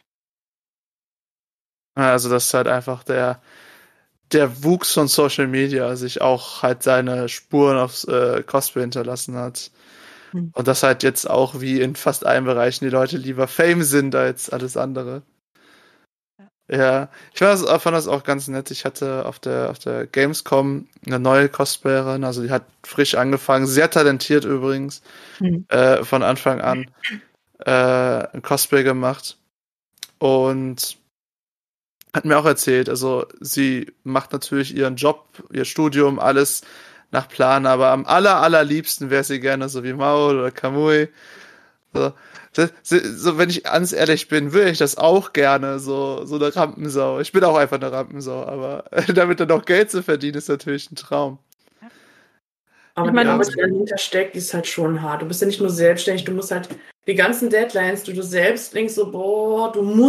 Also das ist halt einfach der, der Wuchs von Social Media sich auch halt seine Spuren aufs äh, Cosplay hinterlassen hat. Hm. Und das halt jetzt auch wie in fast allen Bereichen die Leute lieber Fame sind als alles andere. Ja, ich fand das, fand das auch ganz nett. Ich hatte auf der, auf der Gamescom eine neue Cosplayerin, also die hat frisch angefangen, sehr talentiert übrigens, Hm. äh, von Anfang an äh, ein Cosplay gemacht. Und hat mir auch erzählt, also sie macht natürlich ihren Job, ihr Studium, alles nach Plan, aber am aller, allerliebsten wäre sie gerne so wie Maul oder Kamui. So, so, so, wenn ich ganz ehrlich bin, würde ich das auch gerne, so, so eine Rampensau. Ich bin auch einfach eine Rampensau, aber damit dann noch Geld zu verdienen, ist natürlich ein Traum. Aber Ich meine, die du Arbeit, musst- die dahinter steckt, die ist halt schon hart. Du bist ja nicht nur selbstständig, du musst halt die ganzen Deadlines, die du selbst denkst so, boah, du musst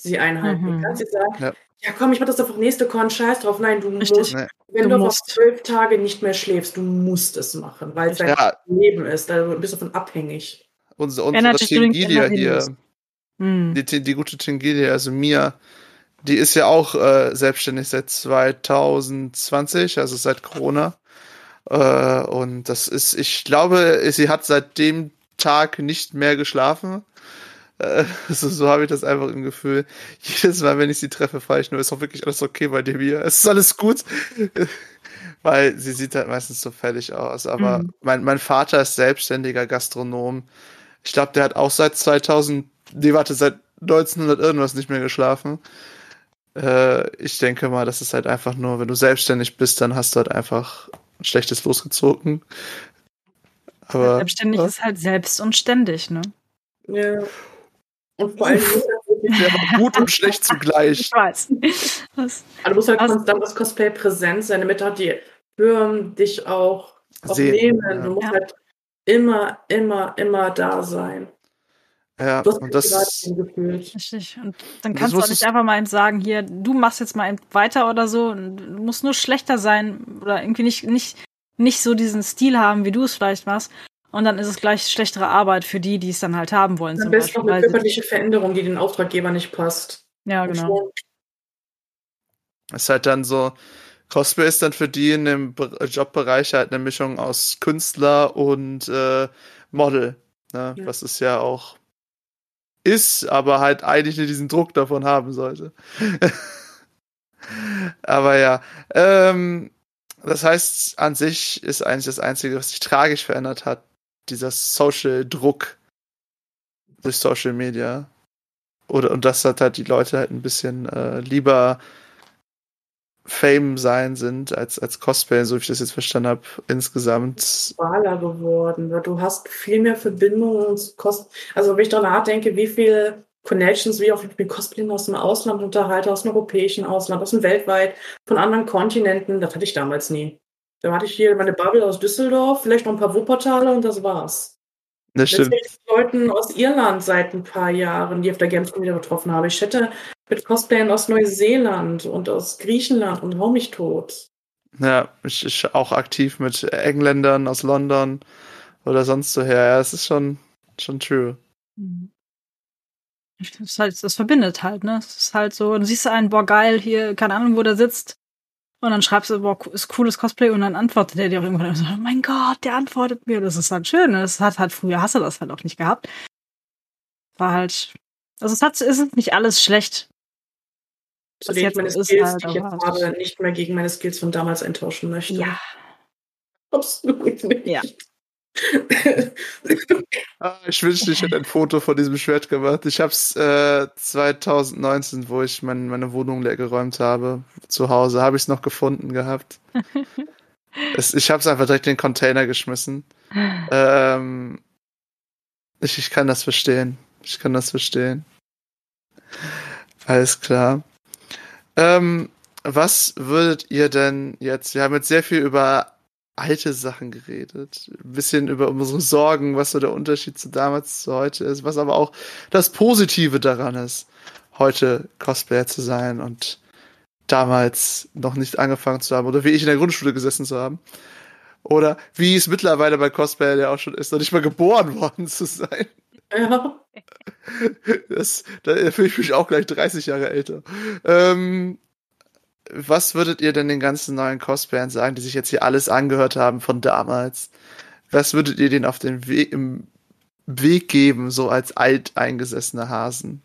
sie einhalten. Mhm. Du kannst nicht sagen, Ja. ja komm, ich mach das auf nächste Con, scheiß drauf. Nein, du Richtig. musst, Nee. wenn Du du, auf musst. zwölf Tage nicht mehr schläfst, du musst es machen, weil es dein Ja, Leben ist. Da bist du davon abhängig. unsere, unsere Energy Drink Tingilia intravenös. hier, Hm. die, die gute Tingilia, also Mia, die ist ja auch äh, selbstständig seit zwanzig zwanzig, also seit Corona. Äh, und das ist, ich glaube, sie hat seit dem Tag nicht mehr geschlafen. Äh, so so habe ich das einfach im Gefühl. Jedes Mal, wenn ich sie treffe, frage ich nur, ist doch wirklich alles okay bei dir, Mia? Es ist alles gut? Weil sie sieht halt meistens so fertig aus. Aber Mhm. mein, mein Vater ist selbstständiger Gastronom. Ich glaube, der hat auch seit zweitausend, nee, warte, seit neunzehnhundert irgendwas nicht mehr geschlafen. Äh, ich denke mal, das ist halt einfach nur, wenn du selbstständig bist, dann hast du halt einfach ein schlechtes losgezogen. Aber Selbstständig ja, ist halt selbst und ständig, ne? Ja. Und vor allem, du musst halt wirklich, der war gut und schlecht zugleich. Ich weiß. Was, also du musst halt was, konstant das Cosplay präsent sein, damit auch die Firmen dich auch, auch Sehen, nehmen. ja. Du musst Ja. halt immer, immer, immer da sein. Ja, Du hast und kein das, Privatleben gefühlt. Richtig. Und dann Und das kannst du auch musst nicht du- einfach mal eben sagen, hier, du machst jetzt mal eben weiter oder so. Und du musst nur schlechter sein oder irgendwie nicht, nicht, nicht so diesen Stil haben, wie du es vielleicht machst. Und dann ist es gleich schlechtere Arbeit für die, die es dann halt haben wollen. Am Zum besten noch Beispiel, eine weil sie, körperliche Veränderung, die den Auftraggeber nicht passt. ja, Und genau. schon- ist halt dann so, Cosplay ist dann für die in dem Be- Jobbereich halt eine Mischung aus Künstler und äh, Model. Ne? Ja. Was es ja auch ist, aber halt eigentlich nicht diesen Druck davon haben sollte. Aber ja, ähm, das heißt, an sich ist eigentlich das Einzige, was sich tragisch verändert hat, dieser Social-Druck durch Social Media. Oder, und das hat halt die Leute halt ein bisschen äh, lieber Fame sein sind als, als Cosplay, so wie ich das jetzt verstanden habe, insgesamt. Wahler geworden. Weil du hast viel mehr Verbindungen zu Kost. Also wenn ich darüber nachdenke, wie viele Connections, wie auch mit Cosplayern aus dem Ausland unterhalte, aus dem europäischen Ausland, aus dem weltweit, von anderen Kontinenten, das hatte ich damals nie. Da hatte ich hier meine Bubble aus Düsseldorf, vielleicht noch ein paar Wuppertaler und das war's. Das Jetzt stimmt. sehe ich Leuten aus Irland seit ein paar Jahren, die ich auf der Gamescom wieder getroffen habe. Ich hätte mit Cosplayern aus Neuseeland und aus Griechenland und hau mich tot. Ja, ich, ich auch aktiv mit Engländern aus London oder sonst woher. Ja, es ist schon, schon true. Mhm. Das, ist halt, das verbindet halt, ne? Es ist halt so, du siehst einen, boah, geil, hier, keine Ahnung, wo der sitzt. Und dann schreibst du, boah, ist cooles Cosplay und dann antwortet der dir auch irgendwann und so, oh mein Gott, der antwortet mir. Das ist halt schön. Ne? Das hat halt, früher hast du das halt auch nicht gehabt. War halt, also es hat, es ist nicht alles schlecht. Zu Was denen ich jetzt meine ist Skills, halt, die ich jetzt aber- habe, nicht mehr gegen meine Skills von damals eintauschen möchte. Ja, Absolut nicht. Ja. Ah, ich wünschte, ich hätte ein Foto von diesem Schwert gemacht. Ich hab's äh, zwanzig neunzehn, wo ich mein, meine Wohnung leer geräumt habe, zu Hause, habe ich es noch gefunden gehabt. es, ich habe es einfach direkt in den Container geschmissen. Ähm, ich, ich kann das verstehen. Ich kann das verstehen. Alles klar. Ähm, was würdet ihr denn jetzt, wir haben jetzt sehr viel über alte Sachen geredet, ein bisschen über unsere Sorgen, was so der Unterschied zu damals zu heute ist, was aber auch das Positive daran ist, heute Cosplayer zu sein und damals noch nicht angefangen zu haben oder wie ich in der Grundschule gesessen zu haben. Oder wie es mittlerweile bei Cosplayer ja auch schon ist, noch nicht mal geboren worden zu sein. Ja. Das, da fühle ich mich auch gleich dreißig Jahre älter. Ähm, was würdet ihr denn den ganzen neuen Cosplayern sagen, die sich jetzt hier alles angehört haben von damals? Was würdet ihr denen auf den Weg, im Weg geben, so als alteingesessene Hasen?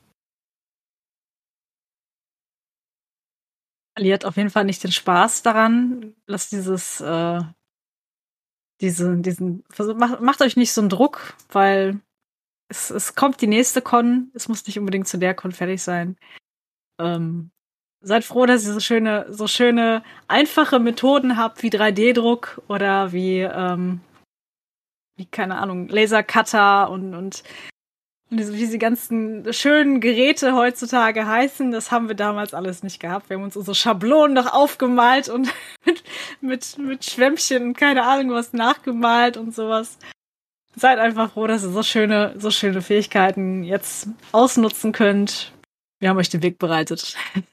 verliert auf jeden Fall nicht den Spaß daran. Lasst dieses, äh, diese, diesen, versuch, macht, macht euch nicht so einen Druck, weil es, es kommt die nächste Con. Es muss nicht unbedingt zu der Con fertig sein. Ähm, seid froh, dass ihr so schöne, so schöne, einfache Methoden habt wie drei D-Druck oder wie, ähm, wie, keine Ahnung, Lasercutter und, und, und diese, wie die ganzen schönen Geräte heutzutage heißen. Das haben wir damals alles nicht gehabt. Wir haben uns unsere Schablonen noch aufgemalt und mit, mit, mit Schwämmchen und keine Ahnung was nachgemalt und sowas. Seid einfach froh, dass ihr so schöne, so schöne Fähigkeiten jetzt ausnutzen könnt. Wir haben euch den Weg bereitet.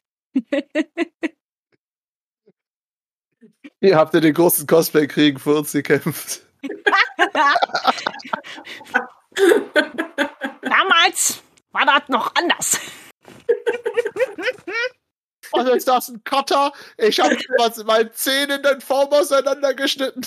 Ihr habt ja den großen Cosplay-Krieg für uns gekämpft. Damals war das noch anders. Also ist das ein Cutter? Ich habe was in meinen Zähnen den Form auseinandergeschnitten.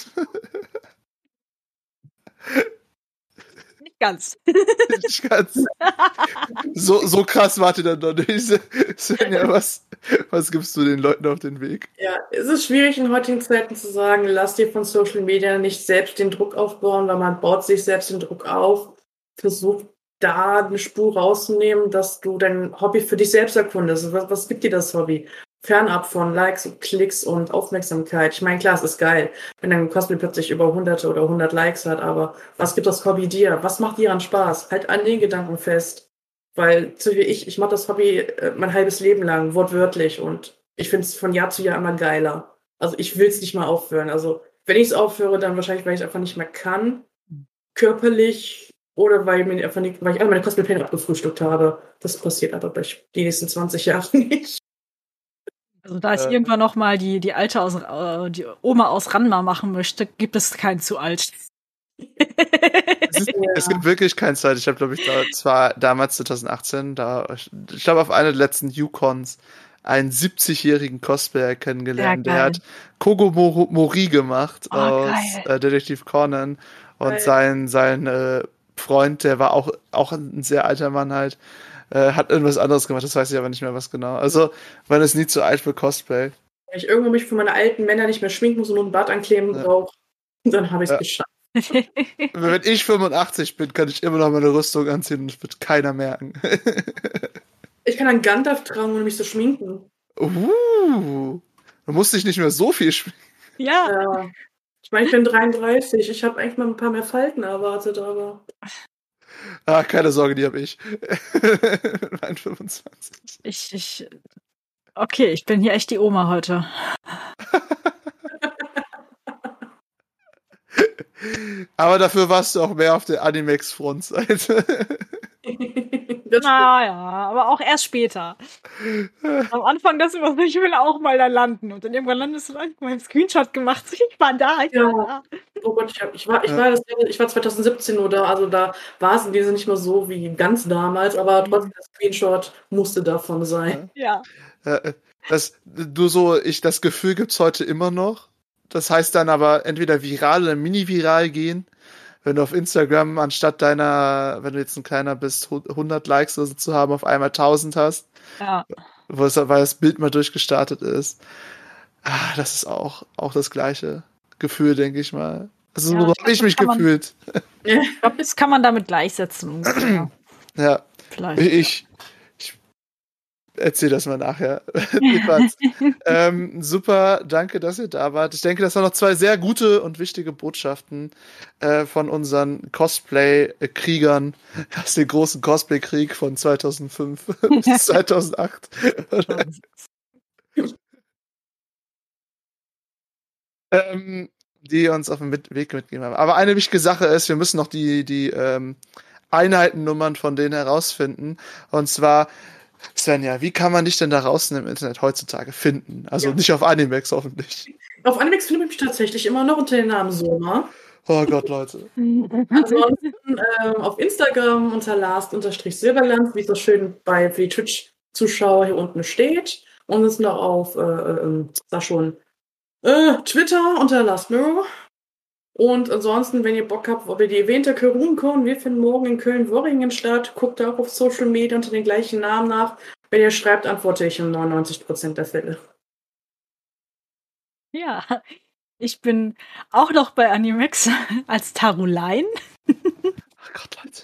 Nicht ganz. Nicht ganz. So, so krass wart ihr dann noch nicht. Svenja, was, was gibst du den Leuten auf den Weg? Ja, es ist schwierig in heutigen Zeiten zu sagen, lass dir von Social Media nicht selbst den Druck aufbauen, weil man baut sich selbst den Druck auf, versucht da eine Spur rauszunehmen, dass du dein Hobby für dich selbst erkundest. Was, was gibt dir das Hobby? Fernab von Likes und Klicks und Aufmerksamkeit. Ich meine, klar, es ist geil, wenn dein Cosplay plötzlich über hunderte oder hundert Likes hat, aber was gibt das Hobby dir? Was macht dir an Spaß? Halt an den Gedanken fest. Weil, so wie ich, ich mache das Hobby äh, mein halbes Leben lang, wortwörtlich, und ich finde es von Jahr zu Jahr immer geiler. Also ich will es nicht mal aufhören. Also wenn ich es aufhöre, dann wahrscheinlich, weil ich es einfach nicht mehr kann, körperlich, oder weil, mir einfach nicht, weil ich alle meine Cosplay-Pläne abgefrühstückt habe. Das passiert aber bei die nächsten zwanzig Jahre nicht. Also da ich Äh. irgendwann noch mal die, die alte aus, äh, die Oma aus Ranma machen möchte, gibt es kein zu alt. Es, ist, Ja. es gibt wirklich keine Zeit. Ich habe, glaube ich, da, zwar damals zwanzig achtzehn, da, ich glaube, auf einer der letzten Yukons einen siebzigjährigen Cosplayer kennengelernt. Ja, der geil. hat Kogo Mor- Mori gemacht Oh, aus geil. äh, Detektiv Conan. Und Geil. sein, sein äh, Freund, der war auch, auch ein sehr alter Mann halt, äh, hat irgendwas anderes gemacht. Das weiß ich aber nicht mehr, was genau. Also, man ist nie zu alt für Cosplay. Wenn ich irgendwann mich für meine alten Männer nicht mehr schminken muss und nur einen Bart ankleben Ja. brauche, dann habe ich es Ja. geschafft. Wenn ich fünfundachtzig bin, kann ich immer noch meine Rüstung anziehen und es wird keiner merken. Ich kann einen Gandalf tragen, ohne mich zu schminken. Uh, du musst dich nicht mehr so viel schminken. Ja. Ja. Ich meine, ich bin dreiunddreißig. Ich habe eigentlich mal ein paar mehr Falten erwartet, aber Ah, keine Sorge, die habe ich. Mein fünfundzwanzig. Ich, ich. Okay, ich bin hier echt die Oma heute. Aber dafür warst du auch mehr auf der Animex-Frontseite. das Naja, aber auch erst später. Am Anfang das immer so, ich will auch mal da landen. Und dann irgendwann landest du da, ich habe einen Screenshot gemacht. Ich war da, ich Ja. war da. Oh Gott, ich, hab, ich, war, ich, Ja. war das, ich war zwanzig siebzehn nur da, also da war es in diesem nicht mehr so wie ganz damals, aber trotzdem der Screenshot musste davon sein. Ja. Äh, Das, du so, ich, das Gefühl gibt's heute immer noch. Das heißt dann aber entweder viral oder mini-viral gehen. Wenn du auf Instagram anstatt deiner, wenn du jetzt ein kleiner bist, hundert Likes oder so zu haben, auf einmal tausend hast, Ja. wo es, weil das Bild mal durchgestartet ist. Ah, das ist auch, auch das gleiche Gefühl, denke ich mal. Also Ja, so ich habe ich mich kann man- gefühlt. Ich glaube, das kann man damit gleichsetzen. ungefähr. Ja, Vielleicht. ich, ich erzähle das mal nachher. Jedenfalls, ähm, super, danke, dass ihr da wart. Ich denke, das waren noch zwei sehr gute und wichtige Botschaften äh, von unseren Cosplay-Kriegern aus dem großen Cosplay-Krieg von zweitausendfünf bis zweitausendacht. ähm, die uns auf den Mit- Weg mitgegeben haben. Aber eine wichtige Sache ist, wir müssen noch die, die ähm, Einheitennummern von denen herausfinden. Und zwar, Svenja, wie kann man dich denn da draußen im Internet heutzutage finden? Also Ja. nicht auf Animex hoffentlich. Auf Animex findet man mich tatsächlich immer noch unter dem Namen Soma. Oh Gott, Leute. Ansonsten ähm, auf Instagram unter last-silberglanz, wie es so schön bei für die Twitch-Zuschauer hier unten steht. Und es noch auf, äh, äh, sag schon, äh, Twitter unter lastmirror. Und ansonsten, wenn ihr Bock habt, ob ihr die erwähnte Köln-Con, wir finden morgen in Köln-Worringen statt, guckt da auch auf Social Media unter den gleichen Namen nach. Wenn ihr schreibt, antworte ich in neunundneunzig Prozent der Fälle. Ja, ich bin auch noch bei Animex als Tarulein. Oh Gott, Leute.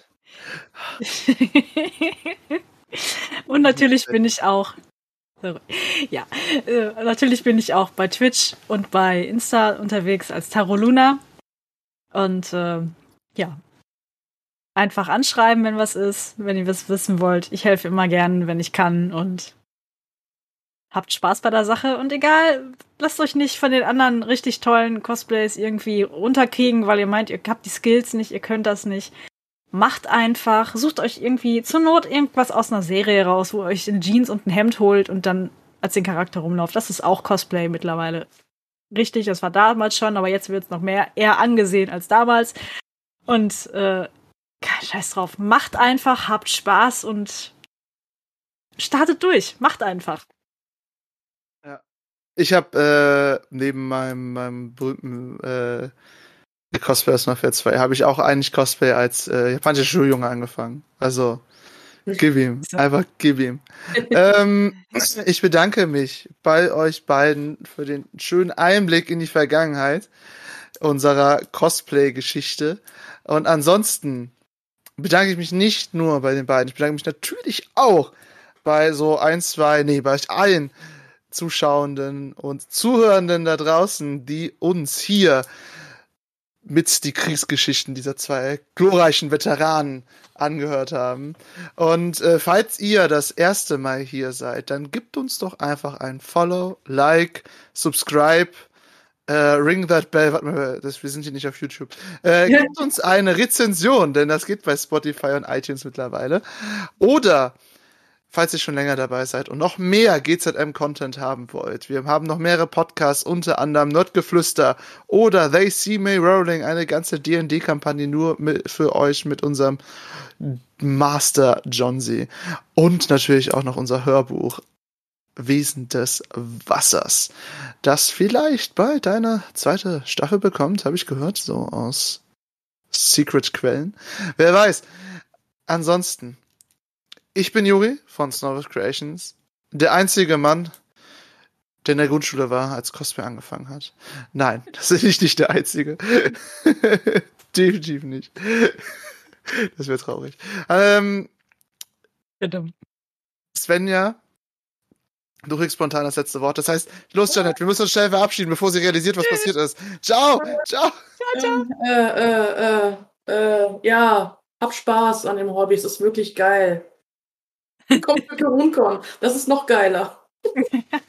Und natürlich bin ich auch. Sorry. Ja, äh, natürlich bin ich auch bei Twitch und bei Insta unterwegs als Taroluna. Und äh, ja, einfach anschreiben, wenn was ist, wenn ihr was wissen wollt. Ich helfe immer gern, wenn ich kann, und habt Spaß bei der Sache. Und egal, lasst euch nicht von den anderen richtig tollen Cosplays irgendwie runterkriegen, weil ihr meint, ihr habt die Skills nicht, ihr könnt das nicht. macht einfach, sucht euch irgendwie zur Not irgendwas aus einer Serie raus, wo ihr euch in Jeans und ein Hemd holt und dann als den Charakter rumlauft. Das ist auch Cosplay mittlerweile. Richtig, das war damals schon, aber jetzt wird es noch mehr eher angesehen als damals. Und äh, kein Scheiß drauf. Macht einfach, habt Spaß und startet durch. Macht einfach. Ja. Ich habe äh, neben meinem, meinem berühmten äh, Cosplay aus Mafia zwei habe ich auch eigentlich Cosplay als äh, japanischer Schuljunge angefangen. Also gib ihm, einfach gib ihm. ähm, ich bedanke mich bei euch beiden für den schönen Einblick in die Vergangenheit unserer Cosplay-Geschichte. Und ansonsten bedanke ich mich nicht nur bei den beiden, ich bedanke mich natürlich auch bei so ein, zwei, nee, bei euch allen Zuschauenden und Zuhörenden da draußen, die uns hier mit die Kriegsgeschichten dieser zwei glorreichen Veteranen angehört haben. Und äh, falls ihr das erste Mal hier seid, dann gebt uns doch einfach ein Follow, Like, Subscribe, äh, Ring that Bell, warte mal, das, wir sind hier nicht auf YouTube. Äh, gebt uns eine Rezension, denn das geht bei Spotify und iTunes mittlerweile. Oder falls ihr schon länger dabei seid und noch mehr G Z M-Content haben wollt. Wir haben noch mehrere Podcasts, unter anderem Nerdgeflüster oder They See Me Rolling, eine ganze D und D-Kampagne nur mit, für euch mit unserem Master Johnsy. Und natürlich auch noch unser Hörbuch Wesen des Wassers, das vielleicht bald eine zweite Staffel bekommt, habe ich gehört, so aus Secret-Quellen. Wer weiß. Ansonsten, ich bin Juri von Snowwolf Creations, der einzige Mann, der in der Grundschule war, als Cosplay angefangen hat. Nein, das bin ich nicht der Einzige. Definitiv nicht. Das wäre traurig. Ähm, Svenja, du kriegst spontan das letzte Wort. Das heißt, los, Janet, wir müssen uns schnell verabschieden, bevor sie realisiert, was passiert ist. Ciao! Ciao! Ciao, ciao! Äh, äh, äh, äh, ja, hab Spaß an dem Hobby, es ist wirklich geil. Kommt mit Rumcon, das ist noch geiler.